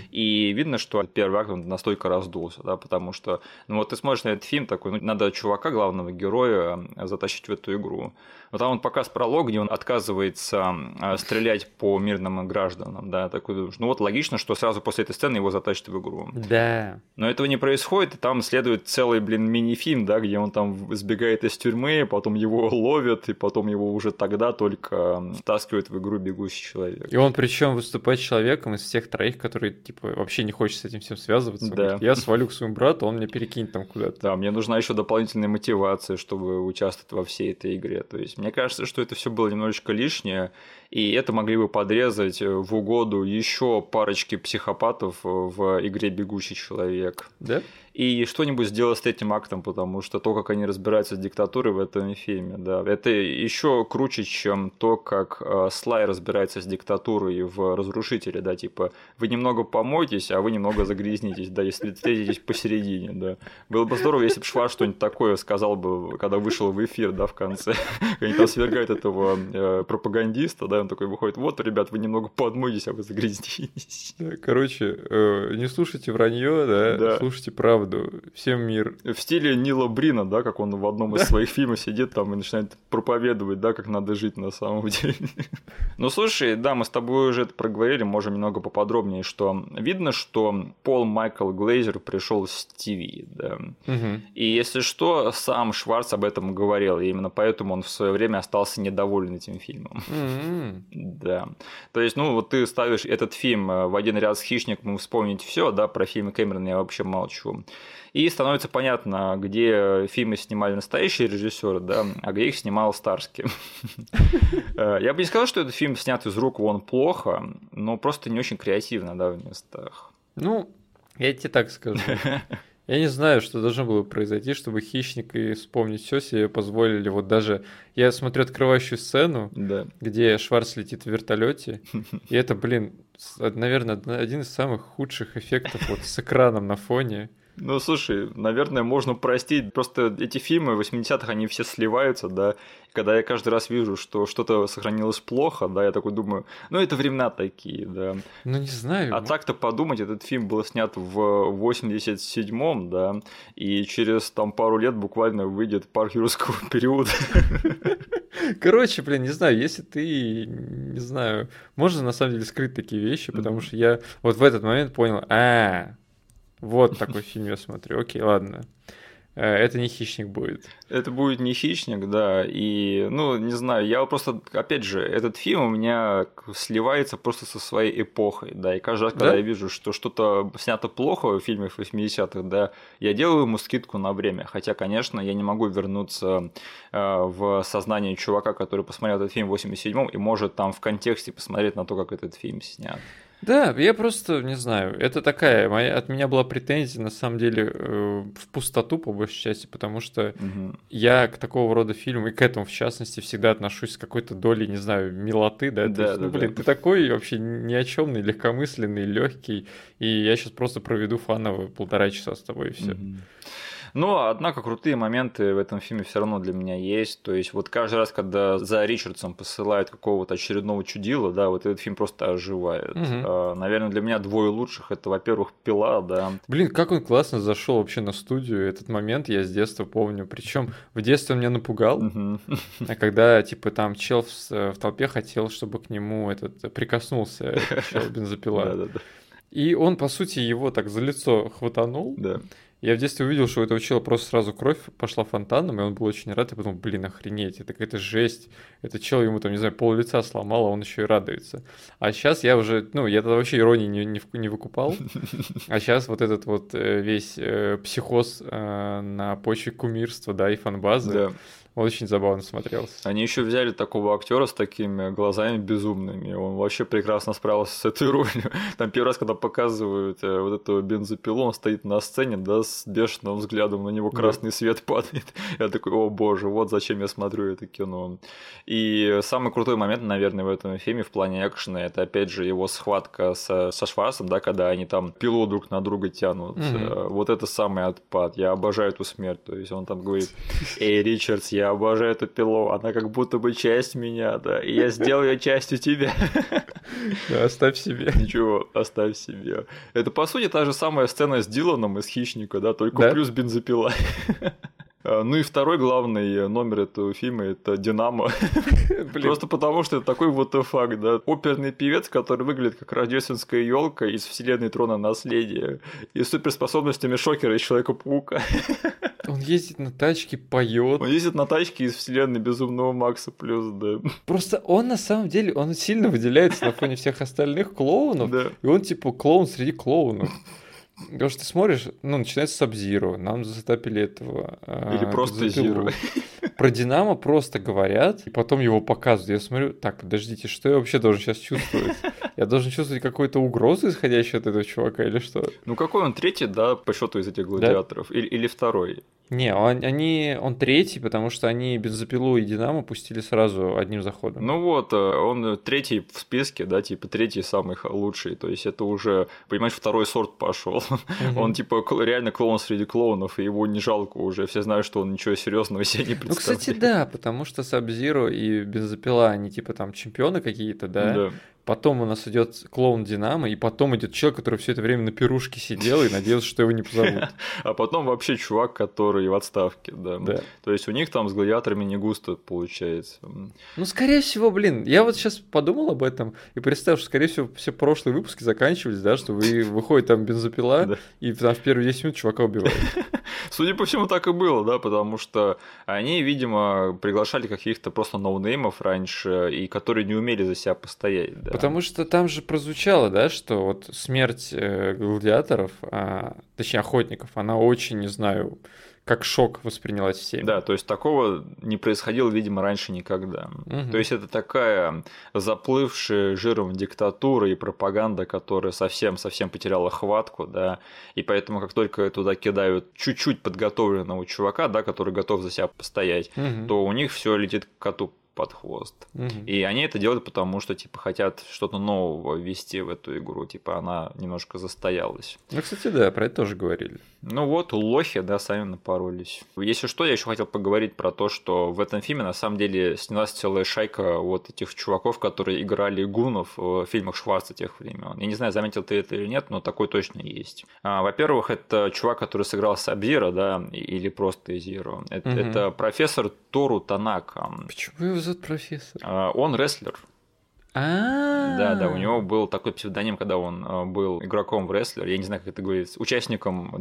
И видно, что первый акт он настолько раздулся, да, потому что, ну вот ты смотришь на этот фильм такой, ну, надо чувака, главного героя, затащить в эту игру. Но там он показ пролог, где он отказывается стрелять по мирным гражданам, да, такой думаешь, ну вот логично, что сразу после этой сцены его затащат в игру. Да. Но этого не происходит, и там следует целый, мини-фильм, да, где он там сбегает из тюрьмы, потом его ловят, и потом его уже тогда только втаскивают в игру «Бегущий человек». И он причем выступает человеком из всех троих, который, типа, вообще не хочет с этим всем связываться. Да. Говорит, я свалю к своему брату, он меня перекинет там куда-то. Да, мне нужна еще дополнительная мотивация, чтобы участвовать во всей этой игре. То есть, мне кажется, что это все было немножечко лишнее, и это могли бы подрезать в угоду еще парочки психопатов в игре «Бегущий человек». Да? И что-нибудь сделать с этим актом, потому что то, как они разбираются с диктатурой в этом фильме, да, это еще круче, чем то, как Слай разбирается с диктатурой в «Разрушителе», да, типа вы немного помойтесь, а вы немного загрязнитесь, да, если встретитесь посередине, да. Было бы здорово, если бы Шварц что-нибудь такое сказал бы, когда вышел в эфир, да, в конце, они там свергают этого пропагандиста, да, он такой выходит, вот, ребят, вы немного подмойтесь, а вы загрязнитесь. Короче, не слушайте вранье, да, слушайте правду. Всем мир. В стиле Нила Брина, да, как он в одном из своих фильмов сидит там и начинает проповедовать, да, как надо жить на самом деле. Ну, слушай, да, мы с тобой уже это проговорили, можем немного поподробнее, что видно, что Пол Майкл Глейзер пришел с ТВ, да. И если что, сам Шварц об этом говорил, и именно поэтому он в свое время остался недоволен этим фильмом. Да. То есть, ну, вот ты ставишь этот фильм в один ряд с «Хищником», вспомнить все, да, про фильмы Кэмерона я вообще молчу. И становится понятно, где фильмы снимали настоящие режиссеры, да, а где их снимал Старский. Я бы не сказал, что этот фильм снят из рук вон плохо, но просто не очень креативно, да, в местах. Ну, я тебе так скажу. Я не знаю, что должно было произойти, чтобы «Хищник» и «Вспомнить все» себе позволили. Вот даже я смотрю открывающую сцену, где Шварц летит в вертолете, и это, блин, наверное, один из самых худших эффектов вот с экраном на фоне. Ну, слушай, наверное, можно простить. Просто эти фильмы 80-х, они все сливаются, да. Когда я каждый раз вижу, что что-то сохранилось плохо, да, я такой думаю, ну, это времена такие, да. Ну, не знаю. А так-то подумать, этот фильм был снят в 87-м, да, и через там пару лет буквально выйдет «Парк юрского периода». Короче, блин, не знаю, если ты, не знаю, можно на самом деле скрыть такие вещи, потому что я вот в этот момент понял, вот такой фильм я смотрю, окей, ладно. Это не «Хищник» будет. Это будет не «Хищник», да, и, ну, не знаю, я просто, опять же, этот фильм у меня сливается просто со своей эпохой, да, и каждый раз, когда я вижу, что что-то снято плохо в фильмах 80-х, да, я делаю ему скидку на время, хотя, конечно, я не могу вернуться в сознание чувака, который посмотрел этот фильм в 87-м и может там в контексте посмотреть на то, как этот фильм снят. Да, я просто, не знаю, это такая, от меня была претензия, на самом деле, в пустоту, по большей части, потому что я к такого рода фильмам, и к этому, в частности, всегда отношусь с какой-то долей, не знаю, милоты, да, то есть, блин, ты такой вообще ни о чёмный, легкомысленный, легкий, и я сейчас просто проведу фаново 1,5 часа с тобой, и все. Но, однако, крутые моменты в этом фильме все равно для меня есть. То есть, вот каждый раз, когда за Ричардсом посылают какого-то очередного чудила, да, вот этот фильм просто оживает. Наверное, для меня двое лучших это, во-первых, «Пила», да. Блин, как он классно зашел вообще на студию. Этот момент я с детства помню. Причем в детстве он меня напугал. А когда, типа, там чел в толпе хотел, чтобы к нему прикоснулся чел бензопила. И он, по сути, его так за лицо хватанул. Да. Я в детстве увидел, что у этого чела просто сразу кровь пошла фонтаном, и он был очень рад, и подумал, блин, охренеть, это какая-то жесть. Этот чел ему там, не знаю, пол лица сломал, а он еще и радуется. А сейчас я уже, я тогда вообще иронии не выкупал. А сейчас вот этот вот весь психоз на почве кумирства, да, и фанбазы. Да. Очень забавно смотрелся. Они еще взяли такого актера с такими глазами безумными. Он вообще прекрасно справился с этой ролью. Там первый раз, когда показывают вот этого бензопилу, он стоит на сцене, да, с бешеным взглядом, на него красный свет падает. Я такой, о боже, вот зачем я смотрю это кино. И самый крутой момент, наверное, в этом фильме в плане экшена, это опять же его схватка со Шварцем, да, когда они там пилу друг на друга тянут. Вот это самый отпад. Я обожаю эту смерть. То есть он там говорит, эй, Ричардс, я обожаю эту пилу, она как будто бы часть меня, да, и я сделаю ее частью тебя. Да, оставь себе. Ничего, оставь себе. Это, по сути, та же самая сцена с Диланом из «Хищника», да, только плюс бензопила. Ну и второй главный номер этого фильма – это «Динамо». Просто потому, что это такой вот факт, да. Оперный певец, который выглядит как рождественская елка из вселенной «Трона наследия» и с суперспособностями Шокера и Человека-паука. Он ездит на тачке, поет. Он ездит на тачке из вселенной Безумного Макса плюс, да. Просто он на самом деле, он сильно выделяется на фоне всех остальных клоунов. Да. И он типа клоун среди клоунов. Потому что ты смотришь, начинается с Саб-Зиро, нам застапили этого. Или просто Зиро. Про Динамо просто говорят, и потом его показывают. Я смотрю, так, подождите, что я вообще должен сейчас чувствовать? Я должен чувствовать какую-то угрозу, исходящую от этого чувака, или что? Ну, какой он третий, да, по счету из этих гладиаторов? Да? Или второй? Не, он третий, потому что они бензопилу и Динамо пустили сразу одним заходом. Ну вот, он третий в списке, да, типа третий самый лучший. То есть это уже, понимаешь, второй сорт пошел. Он типа реально клоун среди клоунов, и его не жалко уже. Все знают, что он ничего серьезного себе не представляет. Ну, кстати, да, потому что Саб-Зиро и бензопила, они типа там чемпионы какие-то, да? Потом у нас идет клоун Динамо, и потом идет человек, который все это время на пирушке сидел и надеялся, что его не позовут. А потом вообще чувак, который в отставке, да. То есть у них там с гладиаторами не густо получается. Ну, скорее всего, блин, я вот сейчас подумал об этом и представил, что, скорее всего, все прошлые выпуски заканчивались, да, что выходит там бензопила, и там в первые 10 минут чувака убивают. Судя по всему, так и было, да, потому что они, видимо, приглашали каких-то просто ноунеймов раньше, и которые не умели за себя постоять, да. Потому что там же прозвучало, да, что вот смерть гладиаторов, точнее охотников, она очень, не знаю, как шок воспринялась всеми. Да, то есть такого не происходило, видимо, раньше никогда. То есть это такая заплывшая жиром диктатура и пропаганда, которая совсем-совсем потеряла хватку, да, и поэтому как только туда кидают чуть-чуть подготовленного чувака, да, который готов за себя постоять, то у них все летит к коту под хвост. И они это делают, потому что, типа, хотят что-то нового ввести в эту игру, типа, она немножко застоялась. Ну, кстати, да, про это тоже говорили. Ну вот, лохи, да, сами напоролись. Если что, я еще хотел поговорить про то, что в этом фильме, на самом деле, снялась целая шайка вот этих чуваков, которые играли гунов в фильмах Шварца тех времен. Я не знаю, заметил ты это или нет, но такой точно есть. Во-первых, это чувак, который сыграл Саб-Зиро, да, или просто Зиро. Это профессор Тору Танака. Почему его зовут профессор? Он рестлер. Да, у него был такой псевдоним, когда он был игроком в рестлер, я не знаю, как это говорится, участником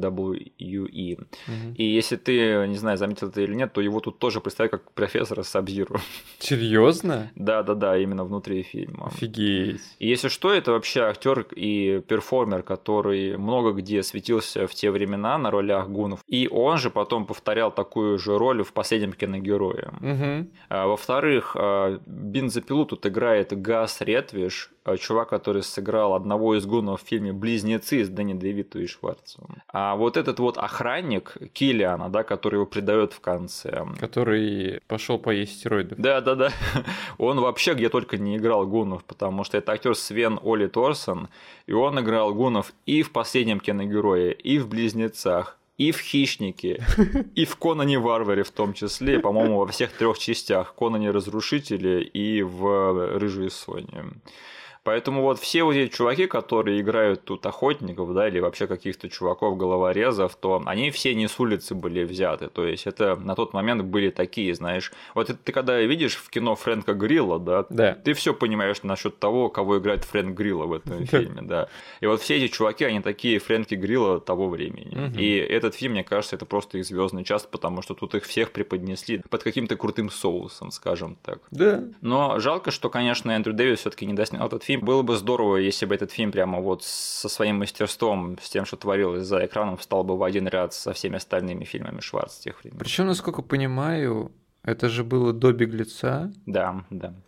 WWE. И если ты, не знаю, заметил это или нет, то его тут тоже представляют как профессора Саб-Зиро. Серьезно? Да, именно внутри фильма. Офигеть. И если что, это вообще актер и перформер, который много где светился в те времена на ролях гунов. И он же потом повторял такую же роль в «Последнем киногерое». Во-вторых, бензопилу тут играет Гас Ретвиш, чувак, который сыграл одного из гунов в фильме «Близнецы» с Дэнни Девито и Шварцем. А вот этот вот охранник Киллиана, да, который его предает в конце. Который пошел поесть стероидов. Да. Он вообще где только не играл гунов, потому что это актер Свен Оли Торсон, и он играл гунов и в «Последнем киногерое», и в «Близнецах», и в «Хищнике», и в «Конане Варваре» в том числе, по-моему, во всех 3 частях: «Конане Разрушителе» и в «Рыжей Соне». Поэтому вот все вот эти чуваки, которые играют тут охотников, да, или вообще каких-то чуваков-головорезов, то они все не с улицы были взяты. То есть это на тот момент были такие, знаешь. Вот это ты когда видишь в кино Фрэнка Грилла, да. Ты все понимаешь насчет того, кого играет Фрэнк Грилла в этом фильме, да. И вот все эти чуваки, они такие Фрэнки Грилла того времени. И этот фильм, мне кажется, это просто их звездный час, потому что тут их всех преподнесли под каким-то крутым соусом, скажем так. Да. Но жалко, что, конечно, Эндрю Дэвис все-таки не доснял этот фильм. Было бы здорово, если бы этот фильм прямо вот со своим мастерством, с тем, что творилось за экраном, встал бы в один ряд со всеми остальными фильмами Шварца тех времен. Причем, насколько понимаю, это же было до «Беглеца». Да.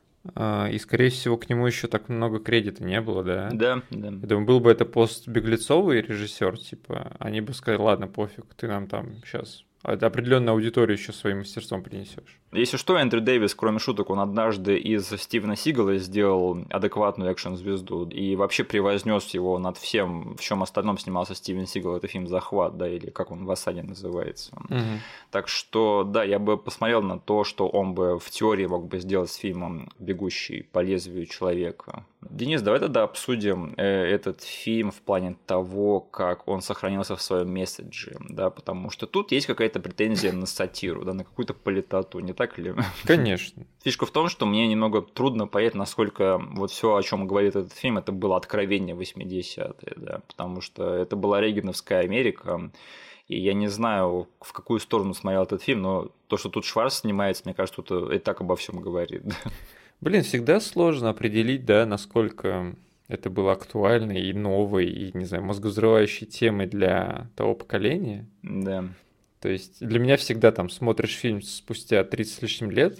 И, скорее всего, к нему еще так много кредита не было, да? Да. Я думаю, был бы это пост-беглецовый режиссер, типа, они бы сказали: ладно, пофиг, ты нам там сейчас определенную аудиторию еще своим мастерством принесешь. Если что, Эндрю Дэвис, кроме шуток, он однажды из Стивена Сигала сделал адекватную экшн-звезду и вообще превознес его над всем, в чем остальном снимался Стивен Сигал. Это фильм «Захват», да, или как он в осаде называется. Так что, да, я бы посмотрел на то, что он бы в теории мог бы сделать с фильмом «Бегущий по лезвию человека». Денис, давай тогда обсудим этот фильм в плане того, как он сохранился в своем месседже, да, потому что тут есть какая-то претензия на сатиру, да, на какую-то политоту, не так ли? Конечно. Фишка в том, что мне немного трудно понять, насколько вот все, о чем говорит этот фильм, это было откровение 80-е, да, потому что это была рейгановская Америка. И я не знаю, в какую сторону смотрел этот фильм, но то, что тут Шварц снимается, мне кажется, это и так обо всем говорит. Блин, всегда сложно определить, да, насколько это было актуальной и новой, и, не знаю, мозговзрывающей темой для того поколения. Да. То есть для меня всегда там смотришь фильм спустя 30 с лишним лет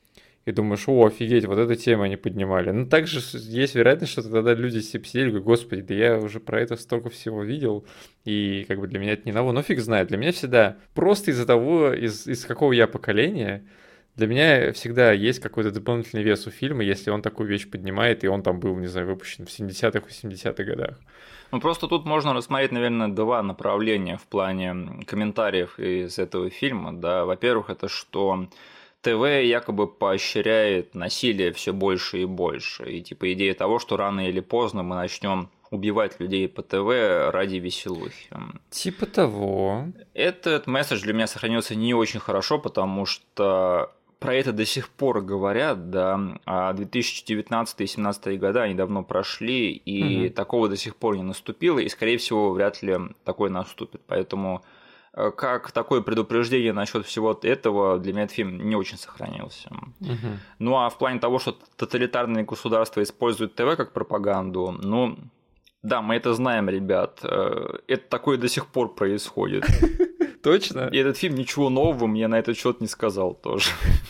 и думаешь: о, офигеть, вот эту тему они поднимали. Но также есть вероятность, что тогда люди сидели и говорят: господи, да я уже про это столько всего видел, и как бы для меня это не ново. Но фиг знает, для меня всегда просто из-за того, из какого я поколения, для меня всегда есть какой-то дополнительный вес у фильма, если он такую вещь поднимает, и он там был, не знаю, выпущен в 70-х, 80-х годах. Ну, просто тут можно рассмотреть, наверное, 2 направления в плане комментариев из этого фильма. Да. Во-первых, это что ТВ якобы поощряет насилие все больше и больше. И типа идея того, что рано или поздно мы начнем убивать людей по ТВ ради веселухи. Типа того. Этот месседж для меня сохранился не очень хорошо, потому что про это до сих пор говорят, да, а 2019 и 2017 года они давно прошли, и такого до сих пор не наступило, и, скорее всего, вряд ли такое наступит. Поэтому как такое предупреждение насчет всего этого, для меня этот фильм не очень сохранился. Ну, а в плане того, что тоталитарные государства используют ТВ как пропаганду, ну, да, мы это знаем, ребят, это такое до сих пор происходит. Точно? И этот фильм ничего нового мне на этот счет не сказал тоже.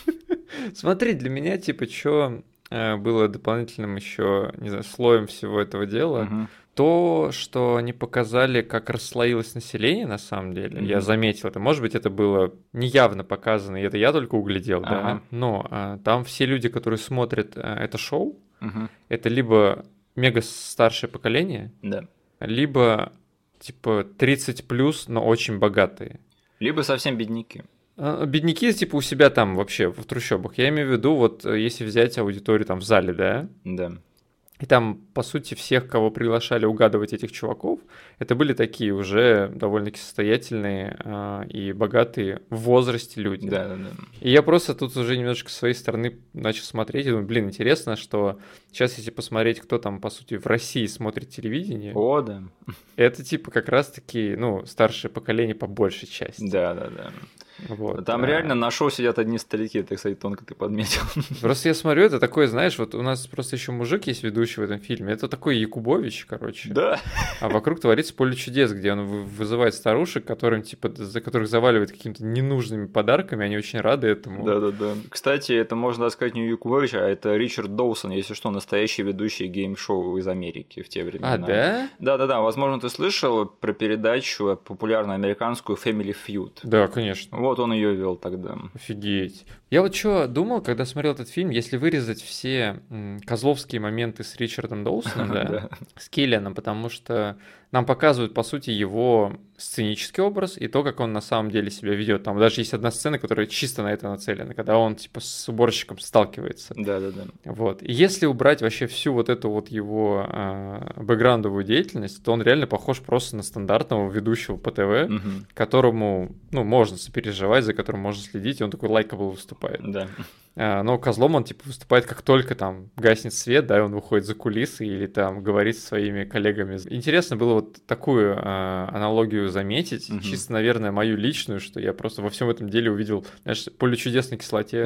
Смотри, для меня, типа, что было дополнительным еще, не знаю, слоем всего этого дела, то, что они показали, как расслоилось население на самом деле. Я заметил это. Может быть, это было неявно показано, и это я только углядел, да. Но там все люди, которые смотрят это шоу, это либо мега старшее поколение, либо типа 30+, но очень богатые. Либо совсем бедняки. Бедняки, типа, у себя там вообще в трущобах. Я имею в виду, вот если взять аудиторию там в зале, да? Да. И там, по сути, всех, кого приглашали угадывать этих чуваков, это были такие уже довольно-таки состоятельные и богатые в возрасте люди. Да. И я просто тут уже немножечко с своей стороны начал смотреть и думаю, блин, интересно, что сейчас, если посмотреть, кто там, по сути, в России смотрит телевидение, О, да. это типа как раз-таки, ну, старшее поколение по большей части. Да. Вот, там реально на шоу сидят одни старики, это, кстати, тонко ты подметил. Просто я смотрю, это такой, знаешь, вот у нас просто еще мужик есть ведущий в этом фильме, это такой Якубович, короче. Да. А вокруг творится поле чудес, где он вызывает старушек, которым, типа, за которых заваливает какими-то ненужными подарками, они очень рады этому. Да. Кстати, это можно сказать не Якубович, а это Ричард Доусон, если что, настоящий ведущий гейм-шоу из Америки в те времена. А, да? Да. Возможно, ты слышал про передачу популярную американскую Family Feud. Да, конечно. Вот он ее вел тогда. Офигеть. Я вот что думал, когда смотрел этот фильм, если вырезать все козловские моменты с Ричардом Доусоном, да, с Киллианом, потому что нам показывают, по сути, его сценический образ и то, как он на самом деле себя ведет. Там даже есть одна сцена, которая чисто на это нацелена, когда он, типа, с уборщиком сталкивается. Да. Вот. И если убрать вообще всю вот эту вот его бэкграундовую деятельность, то он реально похож просто на стандартного ведущего по ТВ, которому, ну, можно сопереживать, за которым можно следить, и он такой лайкабл выступает. Да. Но козлом он, типа, выступает, как только там гаснет свет, да, и он выходит за кулисы или там говорит со своими коллегами. Интересно было вот такую аналогию заметить, чисто, наверное, мою личную, что я просто во всем этом деле увидел, знаешь, поле чудес на кислоте.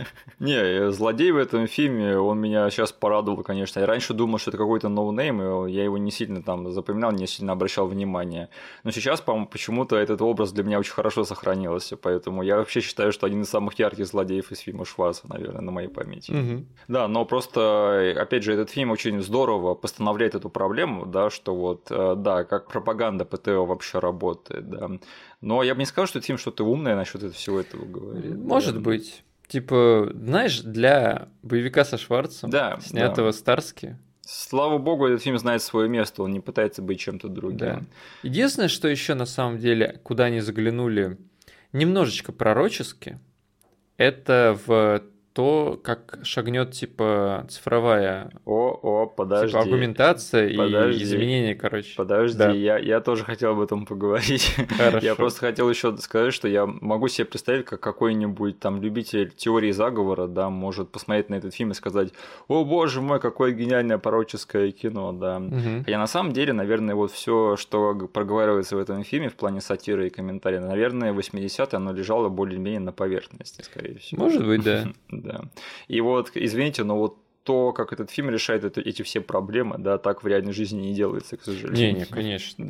Не, злодей в этом фильме, он меня сейчас порадовал, конечно. Я раньше думал, что это какой-то ноунейм, и я его не сильно там запоминал, не сильно обращал внимание. Но сейчас, почему-то этот образ для меня очень хорошо сохранился, поэтому я вообще считаю, что один из самых ярких злодеев из фильма Шварца, наверное, на моей памяти. Да, но просто, опять же, этот фильм очень здорово постановляет эту проблему, да, что вот, да, как пропаганда ПТО вообще работает, да. Но я бы не сказал, что этот фильм что-то умное насчет всего этого говорит. Может быть. Типа, знаешь, для боевика со Шварцем, снятого Старски. Слава богу, этот фильм знает свое место, он не пытается быть чем-то другим. Да. Единственное, что еще на самом деле, куда они заглянули немножечко пророчески, это в то, как шагнет, типа, цифровая подожди. Типа, аргументация и изменения, короче. Подожди, да. я тоже хотел об этом поговорить. Хорошо. Я просто хотел еще сказать, что я могу себе представить, как какой-нибудь там любитель теории заговора, да, может посмотреть на этот фильм и сказать: о боже мой, какое гениальное пророческое кино, да. Хотя на самом деле, наверное, вот все, что проговаривается в этом фильме в плане сатиры и комментариев, наверное, 80-е оно лежало более-менее на поверхности, скорее всего. Может быть, да. Да. И вот, извините, но вот то, как этот фильм решает эти все проблемы, да, так в реальной жизни не делается, к сожалению. Не, конечно.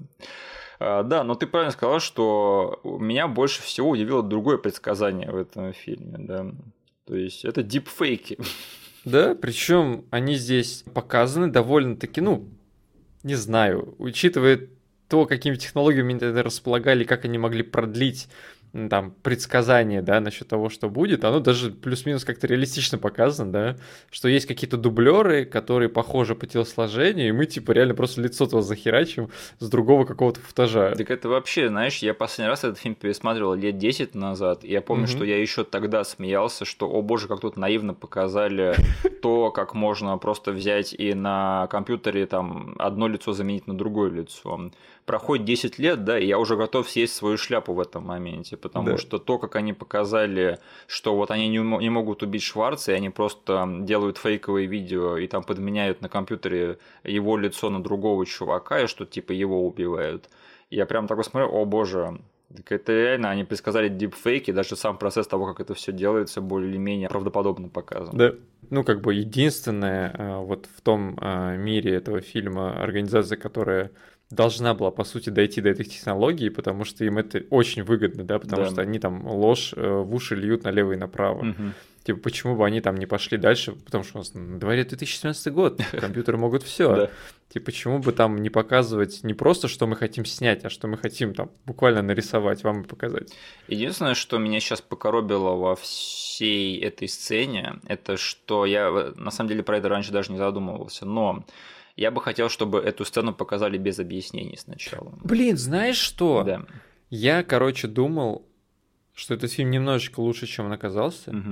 Да. Да, но ты правильно сказал, что меня больше всего удивило другое предсказание в этом фильме, да. То есть это дипфейки. Да, причем они здесь показаны довольно-таки, ну, не знаю, учитывая то, какими технологиями они располагали, как они могли продлить там предсказание, да, насчет того, что будет, оно даже плюс-минус как-то реалистично показано, да, что есть какие-то дублеры, которые похожи по телосложению, и мы типа реально просто лицо-то захерачим с другого какого-то футажа. Так это вообще, знаешь, я последний раз этот фильм пересматривал лет 10 назад, и я помню, что я еще тогда смеялся, что, о боже, как тут наивно показали то, как можно просто взять и на компьютере там одно лицо заменить на другое лицо. Проходит 10 лет, да, и я уже готов съесть свою шляпу в этом моменте, потому что то, как они показали, что вот они не могут убить Шварца, и они просто делают фейковые видео и там подменяют на компьютере его лицо на другого чувака, и что типа его убивают. Я прям такой смотрю: о боже, так это реально они предсказали дипфейки, даже сам процесс того, как это все делается, более-менее правдоподобно показан. Да. Ну, как бы единственная вот в том мире этого фильма организация, которая должна была, по сути, дойти до этих технологий, потому что им это очень выгодно, да, потому что они там ложь в уши льют налево и направо. Типа, почему бы они там не пошли дальше, потому что у нас на дворе 2017 год, компьютеры могут все. Типа, почему бы там не показывать не просто, что мы хотим снять, а что мы хотим там буквально нарисовать, вам и показать. Единственное, что меня сейчас покоробило во всей этой сцене, это что я, на самом деле, про это раньше даже не задумывался, но я бы хотел, чтобы эту сцену показали без объяснений сначала. Блин, знаешь что? Да. Я, короче, думал, что этот фильм немножечко лучше, чем он оказался.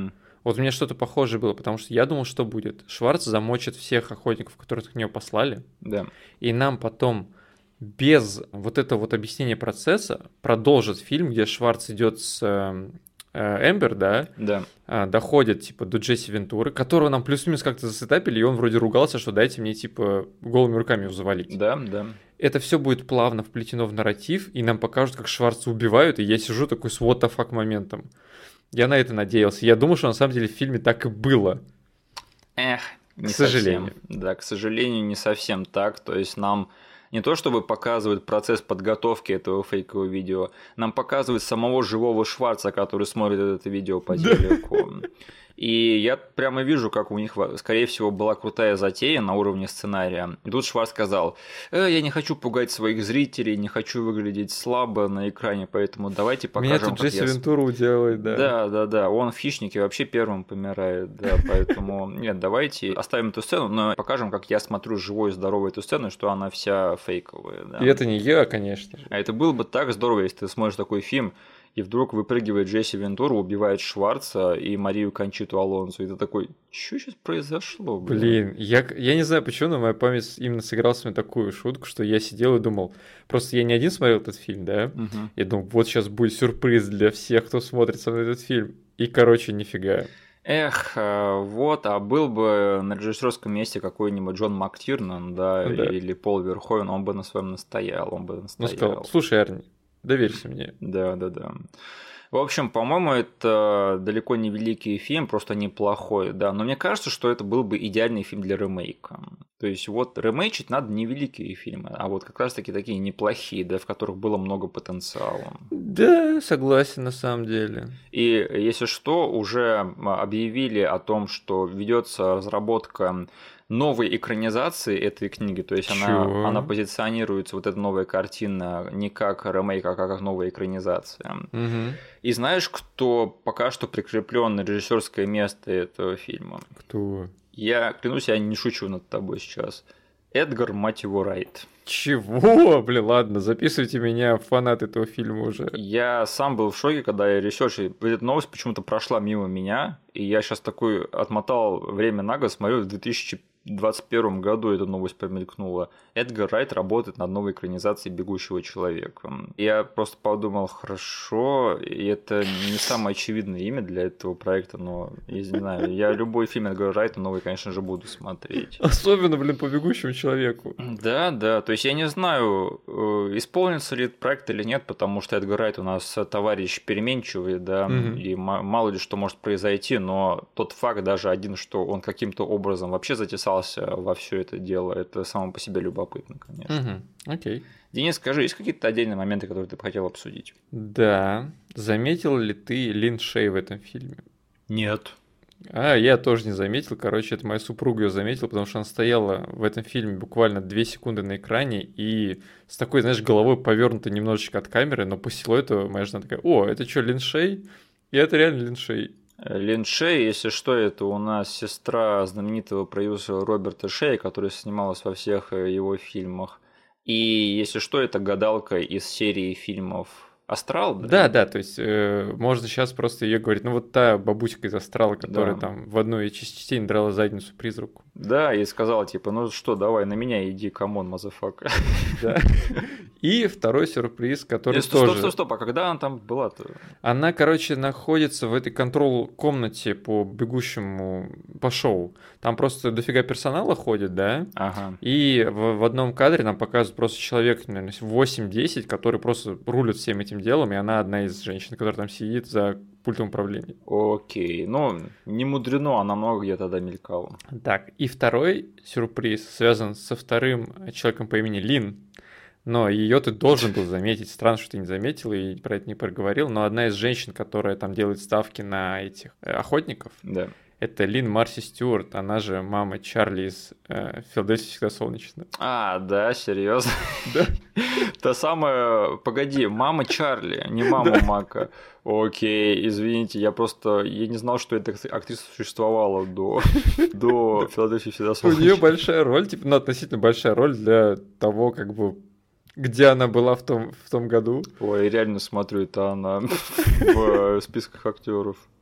Вот у меня что-то похожее было, потому что я думал, что будет. Шварц замочит всех охотников, которых к нее послали, Да. и нам потом без вот этого вот объяснения процесса продолжит фильм, где Шварц идет с Эмбер, да, доходит, типа, до Джесси Вентуры, которого нам плюс-минус как-то засетапили, и он вроде ругался, что дайте мне, типа, голыми руками его завалить. Да, да. Это все будет плавно вплетено в нарратив, и нам покажут, как Шварца убивают, и я сижу такой с what the fuck моментом. Я на это надеялся. Я думал, что на самом деле в фильме так и было. К сожалению. Да, к сожалению, не совсем так. То есть нам не то чтобы показывают процесс подготовки этого фейкового видео, нам показывают самого живого Шварца, который смотрит это видео по телеку. И я прямо вижу, как у них, скорее всего, была крутая затея на уровне сценария. И тут Шварц сказал: я не хочу пугать своих зрителей, не хочу выглядеть слабо на экране, поэтому давайте покажем, меня тут Джесси Вентуру делает, да. Да, он в «Хищнике» вообще первым помирает, да, поэтому нет, давайте оставим эту сцену, но покажем, как я смотрю живой и здоровой эту сцену, что она вся фейковая. Да. И это не я, конечно же. А это было бы так здорово, если ты смотришь такой фильм, и вдруг выпрыгивает Джесси Вентура, убивает Шварца и Марию Кончиту Алонсо. И ты такой, что сейчас произошло? Блин, я не знаю, почему, но моя память именно сыграла с меня такую шутку, что я сидел и думал, просто я не один смотрел этот фильм, да? Я думал, вот сейчас будет сюрприз для всех, кто смотрит со мной этот фильм. И, короче, нифига. А был бы на режиссерском месте какой-нибудь Джон МакТирнан, да, или Пол Верховен, он бы на своем настоял, Ну, сказал, слушай, Арни, доверься мне. Да. В общем, по-моему, это далеко не великий фильм, просто неплохой, да. Но мне кажется, что это был бы идеальный фильм для ремейка. То есть вот ремейчить надо не великие фильмы, а вот как раз-таки такие неплохие, да, в которых было много потенциала. Да, согласен на самом деле. И если что, уже объявили о том, что ведется разработка новой экранизации этой книги, то есть она позиционируется, вот эта новая картина, не как ремейк, а как новая экранизация. Угу. И знаешь, кто пока что прикреплен на режиссерское место этого фильма? Кто? Я клянусь, я не шучу над тобой сейчас. Эдгар, мать его, Райт. Чего? Блин, ладно, записывайте меня, фанат этого фильма уже. Я сам был в шоке, когда я ресерчил. Эта новость почему-то прошла мимо меня, и я сейчас такой отмотал время на год, смотрю, в 2021 году эта новость промелькнула. Эдгар Райт работает над новой экранизацией «Бегущего человека». Я просто подумал, хорошо, и это не самое очевидное имя для этого проекта, но я не знаю, я любой фильм Эдгара Райта новый, конечно же, буду смотреть. Особенно, блин, по «Бегущему человеку». Да, то есть я не знаю, исполнится ли этот проект или нет, потому что Эдгар Райт у нас товарищ переменчивый, да, и мало ли что может произойти, но тот факт даже один, что он каким-то образом вообще затесался во все это дело, это само по себе любопытно, конечно. Окей. Денис, скажи, есть какие-то отдельные моменты, которые ты бы хотел обсудить? Да. Заметил ли ты Лин Шей в этом фильме? Нет. Я тоже не заметил. Короче, это моя супруга ее заметила, потому что она стояла в этом фильме буквально 2 секунды на экране и с такой, знаешь, головой повернутой немножечко от камеры, но по силуэту моя жена такая: о, это что, Лин Шей? И это реально Лин Шей. Лин Шей, если что, это у нас сестра знаменитого продюсера Роберта Шея, которая снималась во всех его фильмах. И если что, это гадалка из серии фильмов «Астрал», да? Да, то есть можно сейчас просто ее говорить, ну вот та бабучка из «Астрала», которая там в одной из частей драла задницу призраку. Да, и сказала типа, ну что, давай на меня иди, камон, мазафака. Да. И второй сюрприз, который тоже... Стоп, а когда она там была-то? Она, короче, находится в этой контрол-комнате по бегущему, по шоу. Там просто дофига персонала ходит, да? Ага. И в одном кадре нам показывают просто человек, наверное, 8-10, который просто рулит всем этим делом, и она одна из женщин, которая там сидит за пультом управления. Окей, ну, не мудрено, она много где-то тогда мелькала. Так, и второй сюрприз связан со вторым человеком по имени Лин. Но ее ты должен был заметить. Странно, что ты не заметил и про это не проговорил. Но одна из женщин, которая там делает ставки на этих охотников, да. Это Лин Марси Стюарт, она же мама Чарли из «Филадельфия всегда солнечно». Да, серьезно? Да. Та самая, погоди, мама Чарли, не мама Мака. Окей, извините, я не знал, что эта актриса существовала до «Филадельфии всегда солнечно». У нее большая роль, относительно большая роль для того, как бы, где она была в том году. Ой, реально смотрю, это она в списках актеров.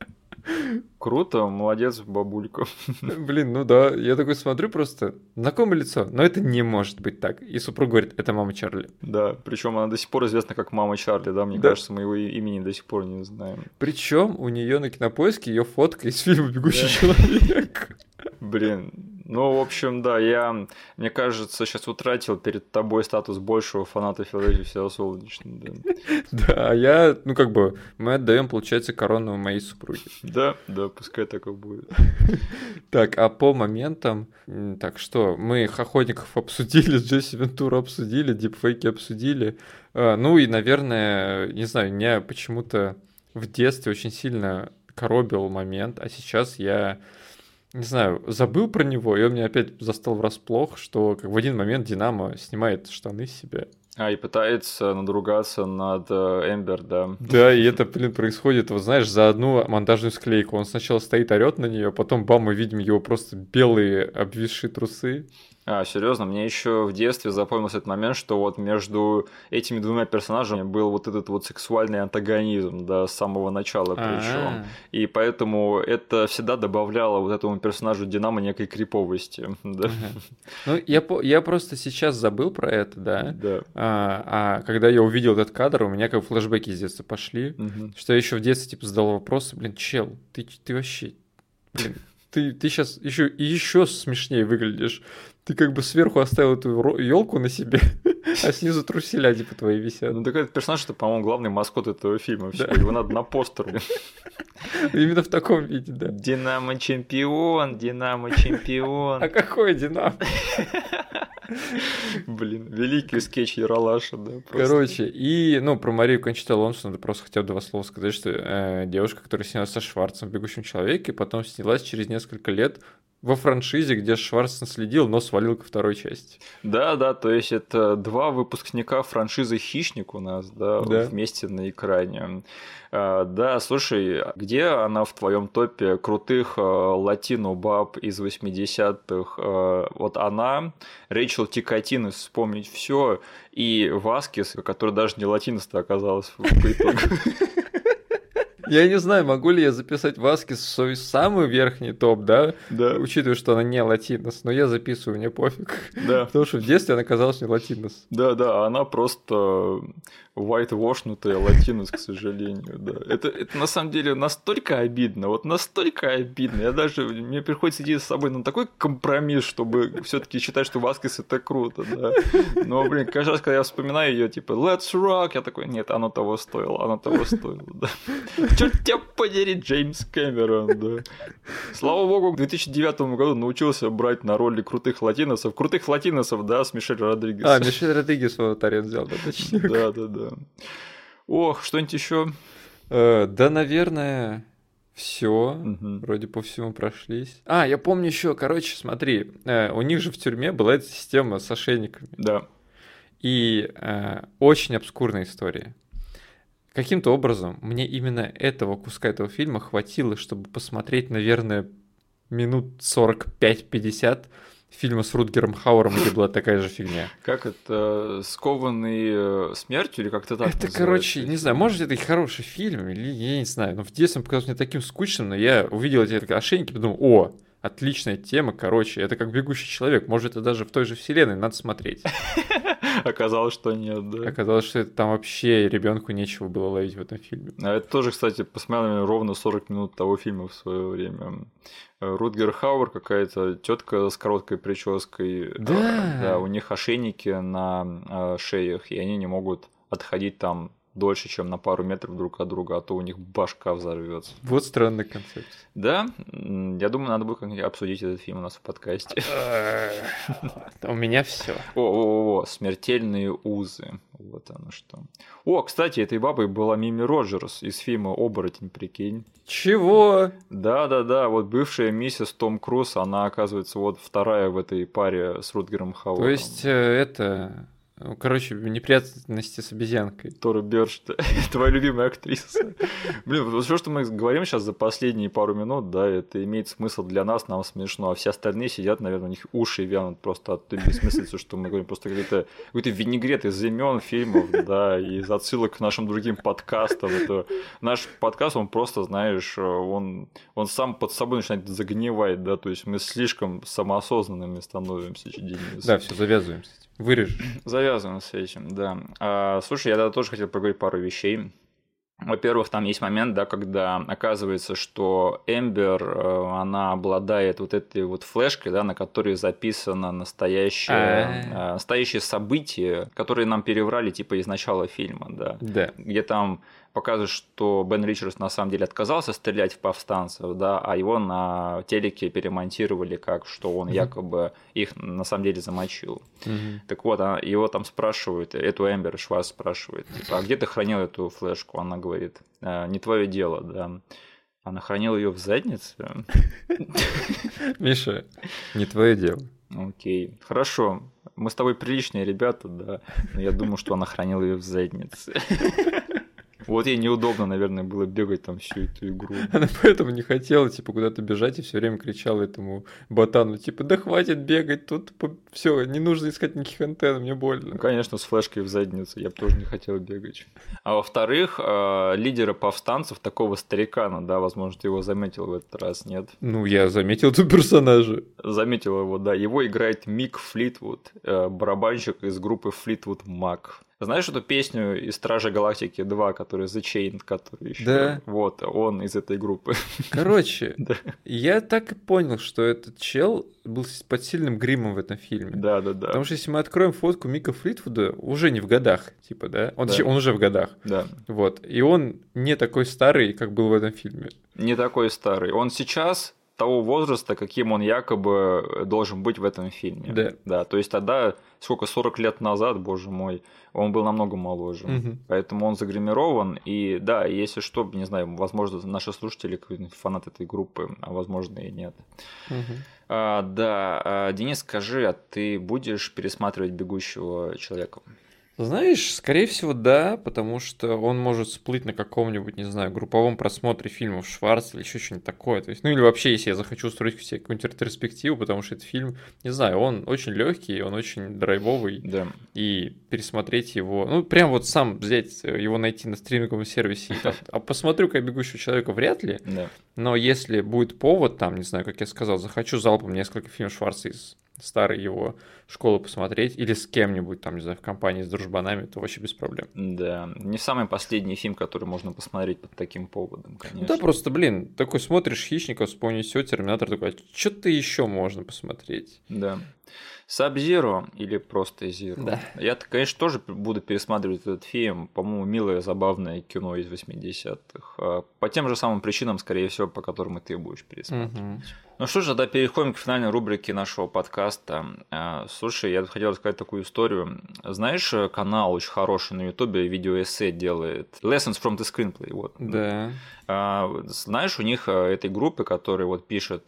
Круто, молодец, бабулька. Блин, ну да, я такой смотрю просто, знакомое лицо, но это не может быть так. И супруг говорит, это мама Чарли. Да, причем она до сих пор известна как мама Чарли, да, мне кажется, мы его имени до сих пор не знаем. Причем у нее на Кинопоиске ее фотка из фильма «Бегущий человек». Блин, ну, в общем, да, мне кажется, сейчас утратил перед тобой статус большего фаната Филадельфии Солнечной. Да, мы отдаем, получается, корону моей супруге. Да, пускай так и будет. Так, а по моментам, так что, мы «Охотников» обсудили, Джесси Вентуру обсудили, дипфейки обсудили. Ну и, наверное, не знаю, меня почему-то в детстве очень сильно коробил момент, а сейчас я... Не знаю, забыл про него, и он меня опять застал врасплох, что как в один момент Динамо снимает штаны с себя. И пытается надругаться над Эмбер, да. Да, и это, происходит, вот знаешь, за одну монтажную склейку. Он сначала стоит, орёт на нее, потом бам, мы видим его просто белые обвисшие трусы. Серьезно, мне еще в детстве запомнился этот момент, что вот между этими двумя персонажами был вот этот вот сексуальный антагонизм, да, с самого начала причем. И поэтому это всегда добавляло вот этому персонажу Динамо некой криповости. Да. Ну, я просто сейчас забыл про это, да. Да. А когда я увидел этот кадр, у меня как флешбеки с детства пошли, что я еще в детстве типа задал вопрос, чел, ты вообще, ты сейчас еще смешнее выглядишь. Ты как бы сверху оставил эту елку на себе, а снизу труселя типа твои висят. Ну так этот персонаж, это, по-моему, главный маскот этого фильма. Да. Его надо на постер. Именно в таком виде, да. Динамо чемпион, Динамо чемпион. А какой Динамо? Блин, великий скетч Ералаша, да. Короче, и, про Марию Кончиту Алонсо надо просто хотя бы два слова сказать, что девушка, которая снялась со Шварцем в «Бегущем человеке», потом снялась через несколько лет во франшизе, где Шварц наследил, но свалил ко второй части. Да, то есть это два выпускника франшизы «Хищник» у нас, да, вместе на экране. Да, слушай, где она в твоем топе крутых латино-баб из 80-х? Вот она, Рэйчел Тикатинес, вспомнить все, и Васкес, который даже не латинос-то оказалась по итогу. Я не знаю, могу ли я записать Васкес в свой самый верхний топ, да? Да. Учитывая, что она не латинос, но я записываю, мне пофиг. Да. Потому что в детстве она казалась не латинос. Да, она просто white-washnутая латинос, к сожалению, да. Это на самом деле настолько обидно, мне приходится идти с собой на такой компромисс, чтобы все-таки считать, что Васкес это круто, да. Но, каждый раз, когда я вспоминаю ее, типа, let's rock, я такой, нет, оно того стоило, да. Черт тебя подери, Джеймс Кэмерон, да. Слава богу, в 2009 году научился брать на роли крутых латиносов, да, с Мишель Родригес. Мишель Родригес Аватарен взял, да, точнее. Да. Ох, что-нибудь еще? Да, наверное, все. Вроде по всему прошлись. Я помню еще, смотри, у них же в тюрьме была эта система с ошейниками. Да. И очень обскурная история. Каким-то образом мне именно этого куска этого фильма хватило, чтобы посмотреть, наверное, минут 45-50 фильма с Рутгером Хауэром, где была такая же фигня. Как это? «Скованный смертью» или как-то так это, короче, не знаю, может, это и хороший фильм, или я не знаю, но в детстве он показался мне таким скучным, но я увидел эти ошейники и подумал, отличная тема, это как «Бегущий человек», может, это даже в той же вселенной, надо смотреть. Оказалось, что нет, да. Оказалось, что это там вообще ребенку нечего было ловить в этом фильме. Это тоже, кстати, посмотрел ровно 40 минут того фильма в свое время. Рутгер Хауэр, какая-то тетка с короткой прической. Да, у них ошейники на шеях, и они не могут отходить там дольше, чем на пару метров друг от друга, а то у них башка взорвется. Вот странный концепт. Да, я думаю, надо будет как-нибудь обсудить этот фильм у нас в подкасте. У меня все. «Смертельные узы». Вот оно что. Кстати, этой бабой была Мими Роджерс из фильма «Оборотень», прикинь. Чего? Да, вот бывшая миссис Том Круз, она, оказывается, вот вторая в этой паре с Рутгером Хауэром. То есть, Короче, неприятности с обезьянкой. Тора Бёрш, твоя любимая актриса. Блин, вот все, что мы говорим сейчас за последние пару минут, да, это имеет смысл для нас, нам смешно, а все остальные сидят, наверное, у них уши вянут просто от той бессмыслицы, что мы говорим, просто какой-то винегрет из имен фильмов, да, и из отсылок к нашим другим подкастам. Это наш подкаст, он просто, знаешь, он сам под собой начинает загнивать, да, то есть мы слишком самоосознанными становимся, Денис. Да, все, завязываем с этим. Вырежем. Завязываем с этим, да. Слушай, я тоже хотел поговорить пару вещей. Во-первых, там есть момент, да, когда оказывается, что Эмбер, она обладает вот этой вот флешкой, да, на которой записано настоящее событие, которые нам переврали типа из начала фильма, да. Где там показывают, что Бен Ричардс на самом деле отказался стрелять в повстанцев, да, а его на телеке перемонтировали как, что он якобы их на самом деле замочил. Так вот, его там спрашивают, эту Эмбер Шварц спрашивает, типа, а где ты хранил эту флешку? Она говорит, не твое дело, да. Она хранила ее в заднице? Миша, не твое дело. Окей, хорошо. Мы с тобой приличные ребята, да, но я думаю, что она хранила ее в заднице. Вот ей неудобно, наверное, было бегать там всю эту игру. Она поэтому не хотела, типа, куда-то бежать и все время кричала этому ботану, типа, да хватит бегать, тут все, не нужно искать никаких антенн, мне больно. Ну, конечно, с флешкой в задницу, я бы тоже не хотел бегать. А во-вторых, лидера повстанцев, такого старикана, да, возможно, ты его заметил в этот раз, нет? Ну, я заметил этого персонажа. Заметил его, да. Его играет Мик Флитвуд, барабанщик из группы Fleetwood Mac. Знаешь эту песню из Стражей Галактики 2, который The Chain, который еще... Да. Вот, он из этой группы. Короче, я так и понял, что этот чел был под сильным гримом в этом фильме. Да. Потому что если мы откроем фотку Мика Флитвуда, уже не в годах, типа, да? Он уже в годах. Да. Вот. И он не такой старый, как был в этом фильме. Не такой старый. Он сейчас того возраста, каким он якобы должен быть в этом фильме. Да. То есть тогда, 40 лет назад, боже мой, он был намного моложе. Поэтому он загримирован. И да, если что, не знаю, возможно, наши слушатели фанат этой группы, а возможно и нет. Денис, скажи, а ты будешь пересматривать «Бегущего человека»? Знаешь, скорее всего, да, потому что он может всплыть на каком-нибудь, не знаю, групповом просмотре фильмов Шварца или еще что-нибудь такое. То есть, ну или вообще, если я захочу устроить себе какую-нибудь ретроспективу, потому что этот фильм, не знаю, он очень легкий, он очень драйвовый. Да. И пересмотреть его, ну прям вот сам взять его, найти на стриминговом сервисе, а посмотрю-ка «Бегущего человека» вряд ли. Да. Но если будет повод, там, не знаю, как я сказал, захочу залпом несколько фильмов Шварца из старой его школы посмотреть, или с кем-нибудь, там, не знаю, в компании с дружбанами, то вообще без проблем. Да, не самый последний фильм, который можно посмотреть под таким поводом, конечно. Да, просто, блин, такой смотришь «Хищников», вспомнить все, «Терминатор», такой, а что-то еще можно посмотреть. Да. Sub-Zero или просто Zero. Да. Я, конечно, тоже буду пересматривать этот фильм. По-моему, милое, забавное кино из 80-х. По тем же самым причинам, скорее всего, по которым и ты будешь пересматривать. Ну что ж, тогда переходим к финальной рубрике нашего подкаста. Слушай, я хотел рассказать такую историю. Знаешь, канал очень хороший на Ютубе, видеоэссе делает. Lessons from the Screenplay. Вот. Да. Знаешь, у них этой группы, которые вот пишут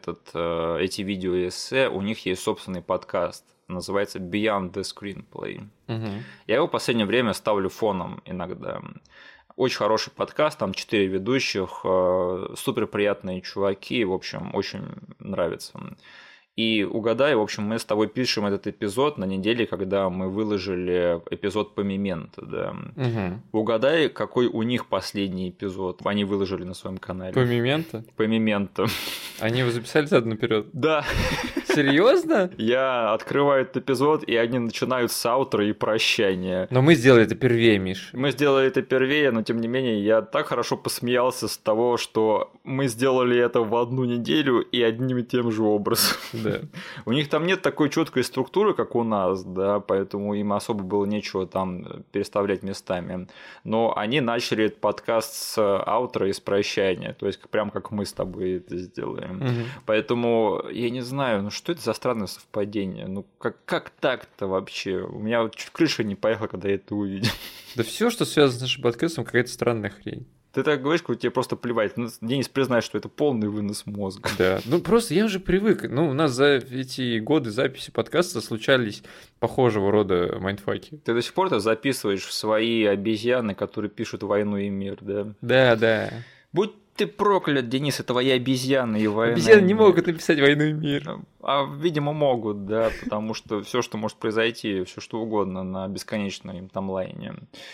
эти видеоэссе, у них есть собственный подкаст. Называется Beyond the Screenplay. Я его в последнее время ставлю фоном иногда. Очень хороший подкаст, там 4 ведущих, супер приятные чуваки, в общем, очень нравится. И угадай, в общем, мы с тобой пишем этот эпизод на неделе, когда мы выложили эпизод по «Мементо», да. Угадай, какой у них последний эпизод они выложили на своем канале. По «Мементо»? По «Мементо». Они его записали задом наперед? Да. Серьезно? Я открываю этот эпизод, и они начинают с аутро и прощания. Но мы сделали это первее, Миш. Мы сделали это первее, но тем не менее я так хорошо посмеялся с того, что мы сделали это в одну неделю и одним и тем же образом. Да. У них там нет такой четкой структуры, как у нас, да, поэтому им особо было нечего там переставлять местами. Но они начали этот подкаст с аутро и с прощания, то есть прям как мы с тобой это сделаем. Поэтому я не знаю, ну что это за странное совпадение? Ну как так-то вообще? У меня чуть крыша не поехала, когда я это увидел. Да все, что связано с нашим подкастом, какая-то странная хрень. Ты так говоришь, как тебе просто плевать. Ну, Денис признает, что это полный вынос мозга. Да, ну просто я уже привык. Ну, у нас за эти годы записи подкаста случались похожего рода майндфаки. Ты до сих пор записываешь в свои обезьяны, которые пишут «Войну и мир», да? Да, да. Будь ты проклят, Денис, это твои обезьяны и война. Обезьяны не могут написать «Войну и мир». А, видимо, могут, да, потому что все, что может произойти, все что угодно на бесконечном таймлайне.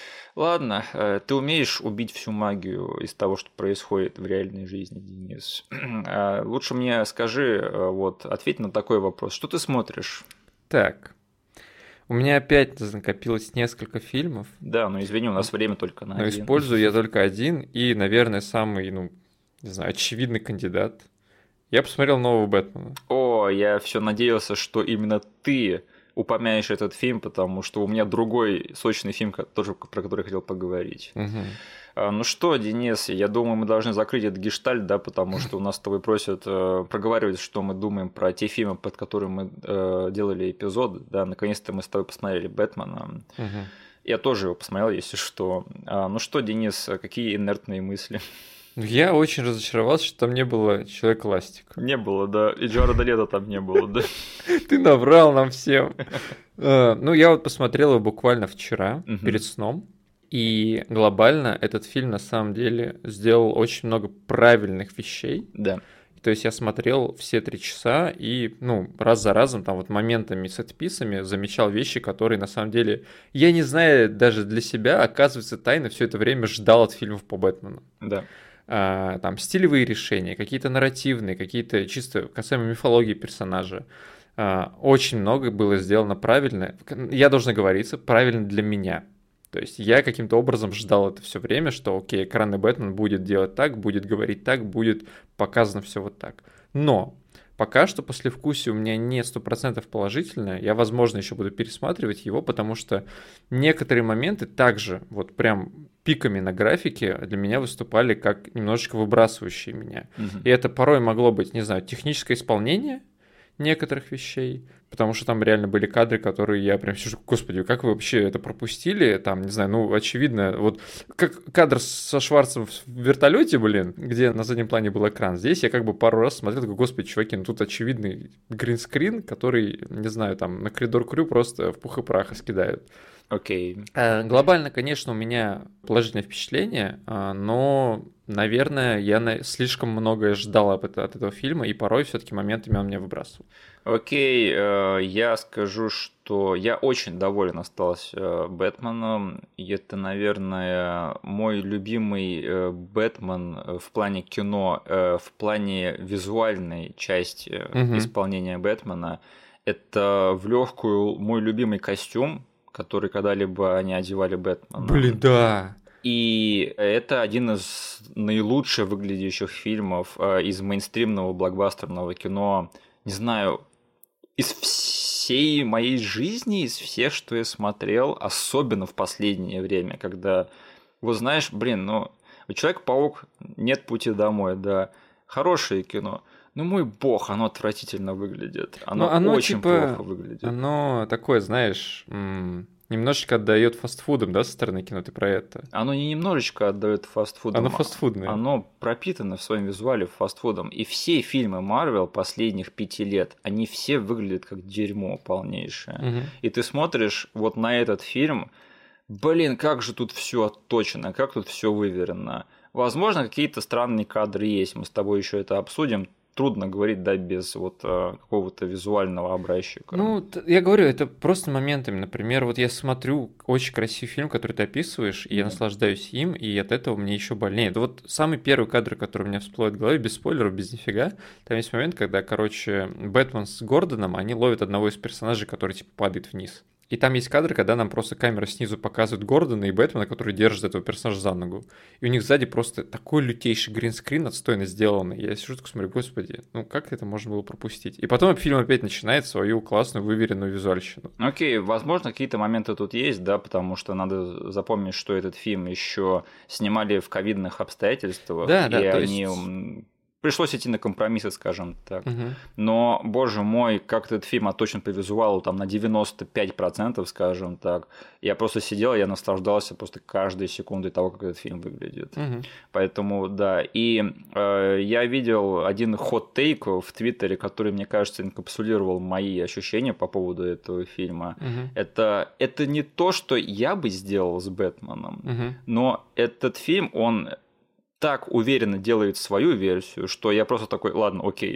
Ладно, ты умеешь убить всю магию из того, что происходит в реальной жизни, Денис. Лучше мне скажи, вот, ответь на такой вопрос. Что ты смотришь? Так, у меня опять накопилось несколько фильмов. Да, но извини, у нас время только на один. Но использую я только один, и, наверное, самый, не знаю, очевидный кандидат. Я посмотрел нового Бэтмена. О, я все надеялся, что именно ты упомянешь этот фильм, потому что у меня другой сочный фильм, тоже про который я хотел поговорить. Ну что, Денис, я думаю, мы должны закрыть этот гештальт, да, потому что у нас с тобой просят проговаривать, что мы думаем про те фильмы, под которые мы делали эпизоды, да, наконец-то мы с тобой посмотрели «Бэтмена». Я тоже его посмотрел, если что. Ну что, Денис, какие инертные мысли? Я очень разочаровался, что там не было Человека-эластика. Не было, да. И Джареда Лето там не было, да. Ты наврал нам всем. Ну, я вот посмотрел его буквально вчера, перед сном. И глобально этот фильм на самом деле сделал очень много правильных вещей. Да. То есть я смотрел все 3 часа и, раз за разом, там вот моментами с отписами замечал вещи, которые на самом деле, я не знаю, даже для себя, оказывается, тайно все это время ждал от фильмов по Бэтмену. Да. Там стилевые решения, какие-то нарративные, какие-то чисто касаемо мифологии персонажа. Очень много было сделано правильно. Я должен оговориться, правильно для меня. То есть я каким-то образом ждал это все время, что окей, экранный Бэтмен будет делать так, будет говорить так, будет показано все вот так. Но пока что послевкусие у меня не 100% положительное. Я, возможно, еще буду пересматривать его, потому что некоторые моменты также вот прям пиками на графике для меня выступали как немножечко выбрасывающие меня. И это порой могло быть, не знаю, техническое исполнение некоторых вещей, потому что там реально были кадры, которые я прям сижу, господи, как вы вообще это пропустили? Там, не знаю, очевидно, вот как кадр со Шварцем в вертолете, где на заднем плане был экран. Здесь я как бы пару раз смотрел, такой, господи, чуваки, тут очевидный гринскрин, который, не знаю, там на коридор Крю просто в пух и прах скидают. Окей. Глобально, конечно, у меня положительное впечатление, но, наверное, я слишком многое ждал от этого фильма, и порой все-таки моментами он меня выбрасывал. Окей, я скажу, что я очень доволен остался Бэтменом. И это, наверное, мой любимый Бэтмен в плане кино, в плане визуальной части исполнения Бэтмена. Это в легкую мой любимый костюм, который когда-либо они одевали Бэтмена. Да. И это один из наилучших выглядящих фильмов из мейнстримного блокбастерного кино. Не знаю, из всей моей жизни, из всех, что я смотрел, особенно в последнее время, когда, вот знаешь, Человек-паук, нет пути домой, да, хорошее кино. Ну, мой бог, оно отвратительно выглядит. Оно очень плохо выглядит. Оно такое, знаешь, немножечко отдает фастфудом, да, со стороны кино, ты про это? Оно не немножечко отдает фастфудом. Оно фастфудное. Оно пропитано в своем визуале фастфудом. И все фильмы Марвел последних 5 лет, они все выглядят как дерьмо полнейшее. И ты смотришь вот на этот фильм, как же тут все отточено, как тут все выверено. Возможно, какие-то странные кадры есть, мы с тобой еще это обсудим. Трудно говорить, да, без какого-то визуального образчика. Я говорю, это просто моментами. Например, вот я смотрю очень красивый фильм, который ты описываешь, и я наслаждаюсь им, и от этого мне еще больнее. Это вот самый первый кадр, который у меня всплывает в голове, без спойлеров, без нифига. Там есть момент, когда, Бэтмен с Гордоном, они ловят одного из персонажей, который, падает вниз. И там есть кадры, когда нам просто камера снизу показывает Гордона и Бэтмена, который держит этого персонажа за ногу. И у них сзади просто такой лютейший гринскрин отстойно сделанный. Я сижу такой смотрю, господи, как это можно было пропустить? И потом фильм опять начинает свою классную, выверенную визуальщину. Окей, возможно, какие-то моменты тут есть, да, потому что надо запомнить, что этот фильм еще снимали в ковидных обстоятельствах. Да, и они пришлось идти на компромиссы, скажем так. Но, боже мой, как этот фильм отточен по визуалу там на 95%, скажем так. Я просто сидел, я наслаждался просто каждой секундой того, как этот фильм выглядит. Поэтому, да. И я видел один хот-тейк в Твиттере, который, мне кажется, инкапсулировал мои ощущения по поводу этого фильма. Это не то, что я бы сделал с Бэтменом, но этот фильм, он так уверенно делает свою версию, что я просто такой, ладно, окей,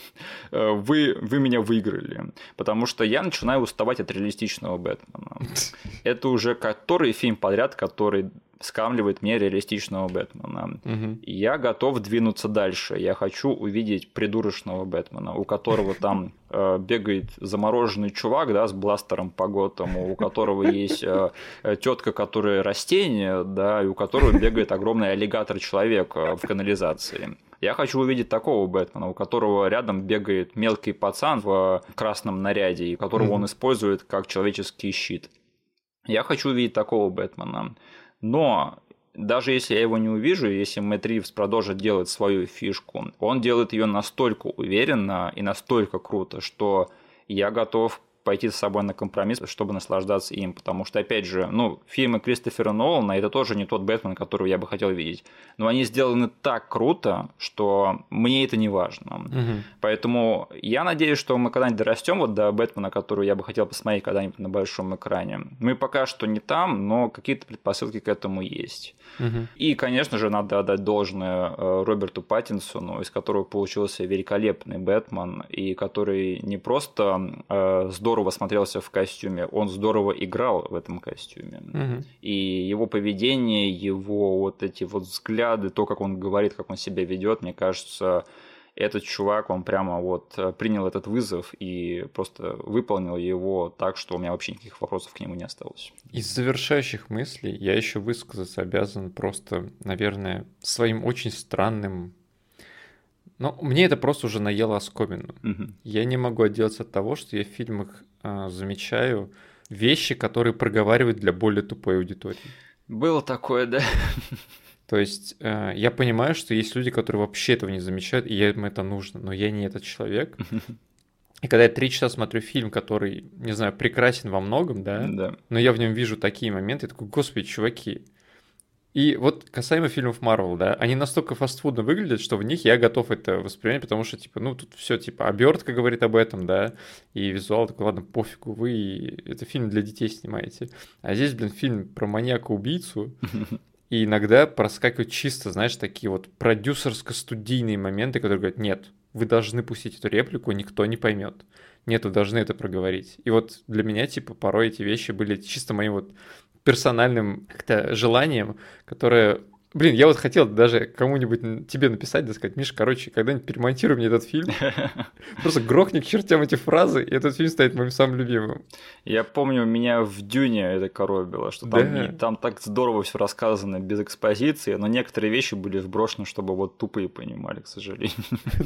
вы меня выиграли. Потому что я начинаю уставать от реалистичного Бэтмена. Это уже который фильм подряд, который скармливает мне реалистичного Бэтмена. И я готов двинуться дальше. Я хочу увидеть придурочного Бэтмена, у которого там бегает замороженный чувак, да, с бластером по Готэму, у которого есть тетка, которая растение, да, и у которого бегает огромный аллигатор-человек в канализации. Я хочу увидеть такого Бэтмена, у которого рядом бегает мелкий пацан в красном наряде, и которого он использует как человеческий щит. Я хочу увидеть такого Бэтмена. Но даже если я его не увижу, если Мэтт Ривз продолжит делать свою фишку, он делает ее настолько уверенно и настолько круто, что я готов пойти с собой на компромисс, чтобы наслаждаться им, потому что, опять же, фильмы Кристофера Нолана – это тоже не тот Бэтмен, которого я бы хотел видеть, но они сделаны так круто, что мне это не важно. Поэтому я надеюсь, что мы когда-нибудь дорастем вот до Бэтмена, который я бы хотел посмотреть когда-нибудь на большом экране. Мы пока что не там, но какие-то предпосылки к этому есть. И, конечно же, надо отдать должное Роберту Паттинсону, из которого получился великолепный Бэтмен, и который не просто здорово смотрелся в костюме, он здорово играл в этом костюме. И его поведение, его вот эти вот взгляды, то, как он говорит, как он себя ведет, мне кажется, этот чувак, он прямо вот принял этот вызов и просто выполнил его так, что у меня вообще никаких вопросов к нему не осталось. Из завершающих мыслей я еще высказаться обязан просто, наверное, своим очень странным... Но мне это просто уже наело оскомину. Я не могу отделаться от того, что я в фильмах замечаю вещи, которые проговаривают для более тупой аудитории. Было такое, да. То есть я понимаю, что есть люди, которые вообще этого не замечают, и им это нужно, но я не этот человек. И когда я 3 часа смотрю фильм, который, не знаю, прекрасен во многом, да. Но я в нем вижу такие моменты, я такой, господи, чуваки. И вот касаемо фильмов Marvel, да, они настолько фастфудно выглядят, что в них я готов это воспринимать, потому что, типа, тут все, типа, обертка говорит об этом, да, и визуал такой, ладно, пофигу, вы это фильм для детей снимаете. А здесь, фильм про маньяка-убийцу, и иногда проскакивают чисто, знаешь, такие вот продюсерско-студийные моменты, которые говорят, нет, вы должны пустить эту реплику, никто не поймет. Нет, вы должны это проговорить. И вот для меня, типа, порой эти вещи были чисто моим вот персональным как-то желанием, которое... я вот хотел даже кому-нибудь тебе написать, да сказать, Миша, короче, когда-нибудь перемонтируй мне этот фильм. Просто грохни к чертям эти фразы, и этот фильм станет моим самым любимым. Я помню, меня в «Дюне» это коробило, что там так здорово все рассказано без экспозиции, но некоторые вещи были вброшены, чтобы вот тупые понимали, к сожалению.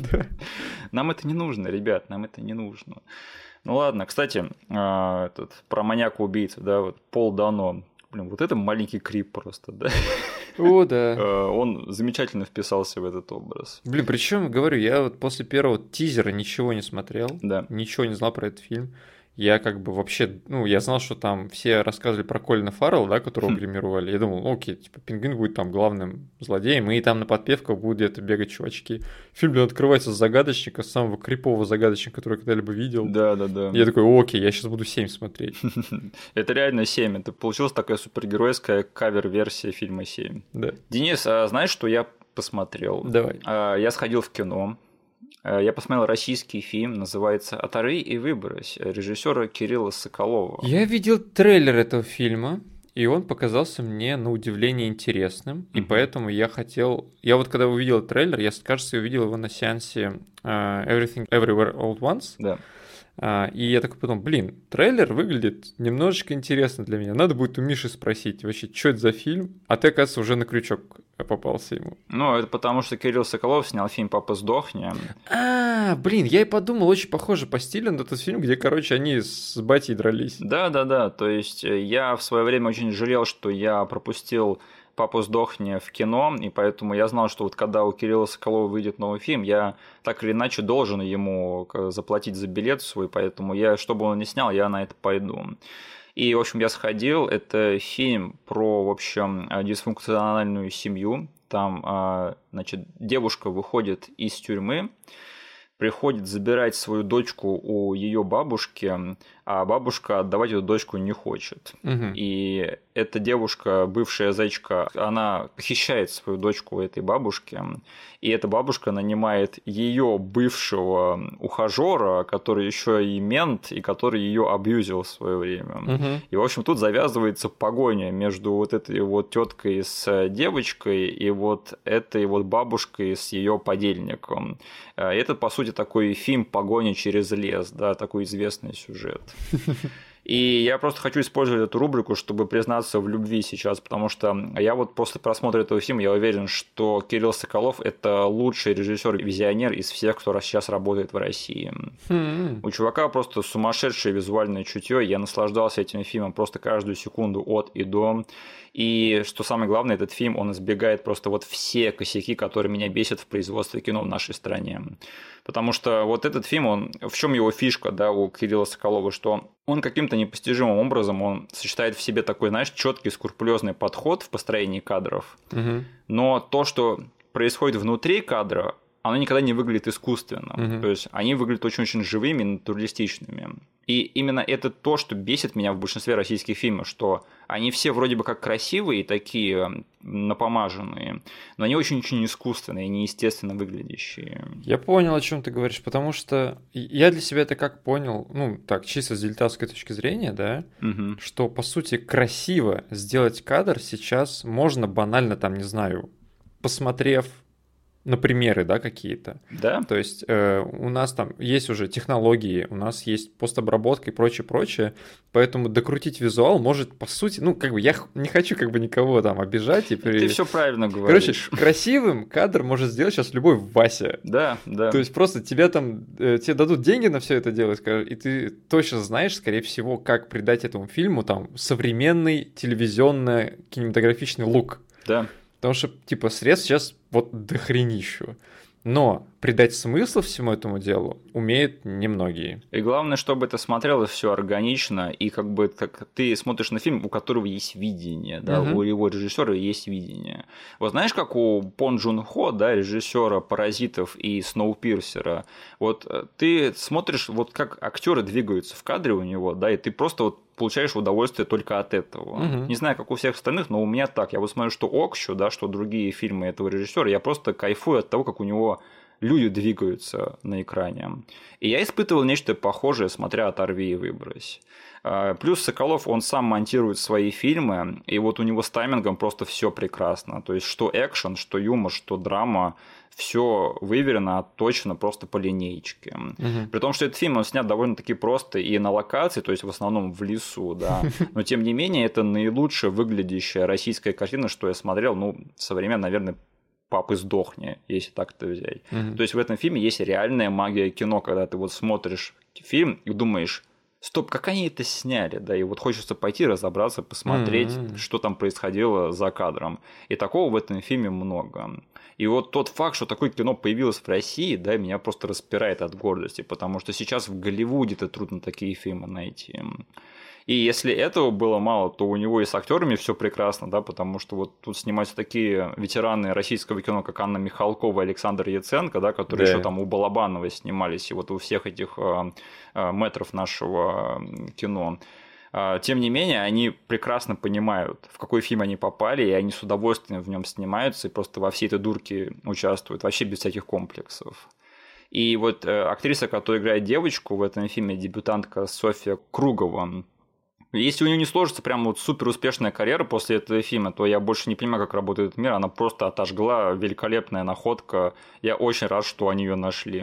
Нам это не нужно, ребят, нам это не нужно. Ну ладно, кстати, про маньяка-убийцу, да, вот Пол Дано. Вот это маленький крип просто, да? О, да. Он замечательно вписался в этот образ. Причем, говорю, я вот после первого тизера ничего не смотрел, ничего не знал про этот фильм. Я как бы вообще, я знал, что там все рассказывали про Колина Фаррелла, да, которого гримировали. Я думал, окей, типа, Пингвин будет там главным злодеем, и там на подпевках будут где-то бегать чувачки. Фильм открывается с загадочника, с самого крипового загадочника, который я когда-либо видел. Да. Я такой, окей, я сейчас буду 7 смотреть. Это реально 7. Это получилась такая супергеройская кавер-версия фильма 7. Да. Денис, а знаешь, что я посмотрел? Давай. Я сходил в кино. Я посмотрел российский фильм, называется «Оторви и выбрось», режиссера Кирилла Соколова. Я видел трейлер этого фильма, и он показался мне на удивление интересным, и поэтому я хотел... Я вот когда увидел трейлер, я, кажется, увидел его на сеансе Everything Everywhere All at Once. Да. И я такой подумал, трейлер выглядит немножечко интересно для меня. Надо будет у Миши спросить вообще, что это за фильм, а ты, оказывается, уже на крючок попался ему. Это потому, что Кирилл Соколов снял фильм «Папа, сдохни». Я и подумал, очень похоже по стилю на тот фильм, где, они с батей дрались. Да. То есть я в свое время очень жалел, что я пропустил «Папа, сдохни» в кино, и поэтому я знал, что вот когда у Кирилла Соколова выйдет новый фильм, я так или иначе должен ему заплатить за билет свой, поэтому я, что бы он ни снял, я на это пойду. И, в общем, я сходил. Это фильм про, в общем, дисфункциональную семью. Там, значит, девушка выходит из тюрьмы, приходит забирать свою дочку у ее бабушки, а бабушка отдавать эту дочку не хочет. Угу. И эта девушка, бывшая зайчка, она похищает свою дочку у этой бабушки, и эта бабушка нанимает ее бывшего ухажера, который еще и мент, и который ее абьюзил в свое время. Угу. И, в общем, тут завязывается погоня между вот этой вот теткой с девочкой и вот этой вот бабушкой с ее подельником. Это, по сути, такой фильм «Погоня через лес», да, такой известный сюжет. И я просто хочу использовать эту рубрику, чтобы признаться в любви сейчас, потому что я вот после просмотра этого фильма, я уверен, что Кирилл Соколов – это лучший режиссер-визионер из всех, кто сейчас работает в России. У чувака просто сумасшедшее визуальное чутье, я наслаждался этим фильмом просто каждую секунду от и до. И что самое главное, этот фильм, он избегает просто вот все косяки, которые меня бесят в производстве кино в нашей стране. Потому что вот этот фильм, он, в чем его фишка, да, у Кирилла Соколова, что он каким-то непостижимым образом, он сочетает в себе такой, знаешь, четкий, скрупулезный подход в построении кадров, но то, что происходит внутри кадра, оно никогда не выглядит искусственно. То есть они выглядят очень-очень живыми, натуралистичными. И именно это то, что бесит меня в большинстве российских фильмов, что они все вроде бы как красивые, такие напомаженные, но они очень-очень искусственные, неестественно выглядящие. Я понял, о чем ты говоришь, потому что я для себя это как понял, ну так, чисто с дилетантской точки зрения, да, что по сути красиво сделать кадр сейчас можно банально там, не знаю, посмотрев на примеры, да, какие-то. Да. То есть у нас там есть уже технологии, у нас есть постобработка и прочее, поэтому докрутить визуал может, по сути, ну, как бы я не хочу как бы никого там обижать. Ты все правильно говоришь. Короче, красивым кадр может сделать сейчас любой Вася. Да, да. То есть просто тебе дадут деньги на все это делать, и ты точно знаешь, скорее всего, как придать этому фильму там современный телевизионно-кинематографичный лук. Да. Потому что, типа, средств сейчас вот дохренищу. Но придать смысл всему этому делу умеют немногие. И главное, чтобы это смотрелось все органично, и как бы как ты смотришь на фильм, у которого есть видение, да, у его режиссера есть видение. Вот знаешь, как у Пон Джун Хо, да, режиссера «Паразитов» и «Сноупирсера», вот ты смотришь, вот как актеры двигаются в кадре у него, да, и ты просто вот получаешь удовольствие только от этого. Не знаю, как у всех остальных, но у меня так. Я вот смотрю, что «Окщо», да, что другие фильмы этого режиссера, я просто кайфую от того, как у него люди двигаются на экране. И я испытывал нечто похожее, смотря «Оторви и выбрось». Плюс Соколов, он сам монтирует свои фильмы, и вот у него с таймингом просто все прекрасно. То есть, что экшен, что юмор, что драма, все выверено, точно, просто по линеечке. При том, что этот фильм, он снят довольно-таки просто и на локации, то есть в основном в лесу, да. Но, тем не менее, это наилучшая выглядящая российская картина, что я смотрел, ну, со времен, наверное, «Папы, сдохни», если так это взять. То есть в этом фильме есть реальная магия кино, когда ты вот смотришь фильм и думаешь: стоп, как они это сняли, да, и вот хочется пойти разобраться, посмотреть, что там происходило за кадром. И такого в этом фильме много. И вот тот факт, что такое кино появилось в России, да, меня просто распирает от гордости, потому что сейчас в Голливуде-то трудно такие фильмы найти. И если этого было мало, то у него и с актерами все прекрасно, да, потому что вот тут снимаются такие ветераны российского кино, как Анна Михалкова и Александр Яценко, да, которые еще там у Балабанова снимались, и вот у всех этих мэтров нашего кино. Тем не менее, они прекрасно понимают, в какой фильм они попали, и они с удовольствием в нем снимаются и просто во всей этой дурке участвуют, вообще без всяких комплексов. И вот актриса, которая играет девочку в этом фильме, дебютантка Софья Кругова, если у нее не сложится прям вот супер успешная карьера после этого фильма, то я больше не понимаю, как работает этот мир. Она просто отожгла, великолепная находка. Я очень рад, что они ее нашли.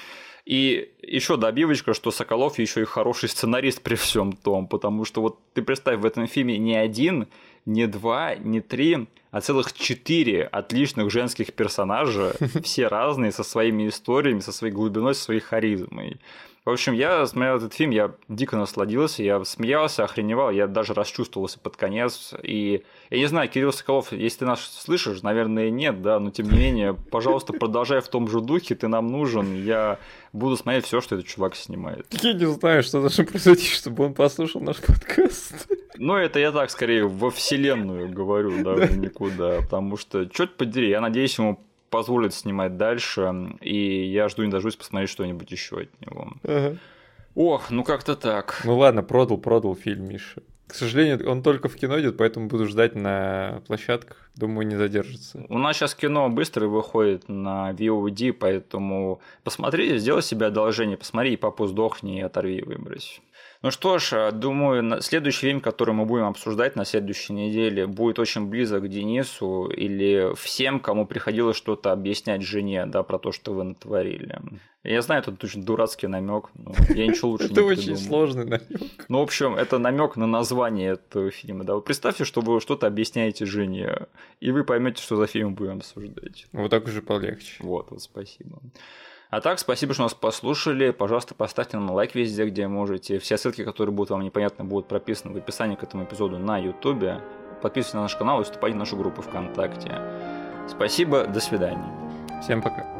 И еще добивочка, что Соколов еще и хороший сценарист при всем том, потому что вот ты представь, в этом фильме не один не 2, не 3, а целых 4 отличных женских персонажа, все разные, со своими историями, со своей глубиной, со своей харизмой. В общем, я смотрел этот фильм, я дико насладился, я смеялся, охреневал, я даже расчувствовался под конец. И я не знаю, Кирилл Соколов, если ты нас слышишь, наверное, нет, да, но тем не менее, пожалуйста, продолжай в том же духе, ты нам нужен, я буду смотреть все, что этот чувак снимает. Я не знаю, что должно произойти, чтобы он послушал наш подкаст. Ну, это я так скорее во вселенную говорю, да, никуда, потому что, чёрт подери, я надеюсь, ему позволит снимать дальше, и я жду не дождусь посмотреть что-нибудь еще от него. Ага. Ох, ну как-то так. Ну ладно, продал фильм, Миша. К сожалению, он только в кино идет, поэтому буду ждать на площадках. Думаю, не задержится. У нас сейчас кино быстро выходит на VOD, поэтому посмотри, сделай себе одолжение, посмотри, и папу сдохни, и оторви, и выбрось. Ну что ж, думаю, следующий фильм, который мы будем обсуждать на следующей неделе, будет очень близок к Денису или всем, кому приходилось что-то объяснять жене, да, про то, что вы натворили. Я знаю, это очень дурацкий намек, но я ничего лучше не придумал. Это очень сложный намек. Ну, в общем, это намек на название этого фильма. Да? Вот представьте, что вы что-то объясняете жене, и вы поймете, что за фильм будем обсуждать. Вот так уже полегче. Вот, спасибо. А так, спасибо, что нас послушали. Пожалуйста, поставьте нам лайк везде, где можете. Все ссылки, которые будут вам непонятны, будут прописаны в описании к этому эпизоду на YouTube. Подписывайтесь на наш канал и вступайте в нашу группу ВКонтакте. Спасибо, до свидания. Всем пока.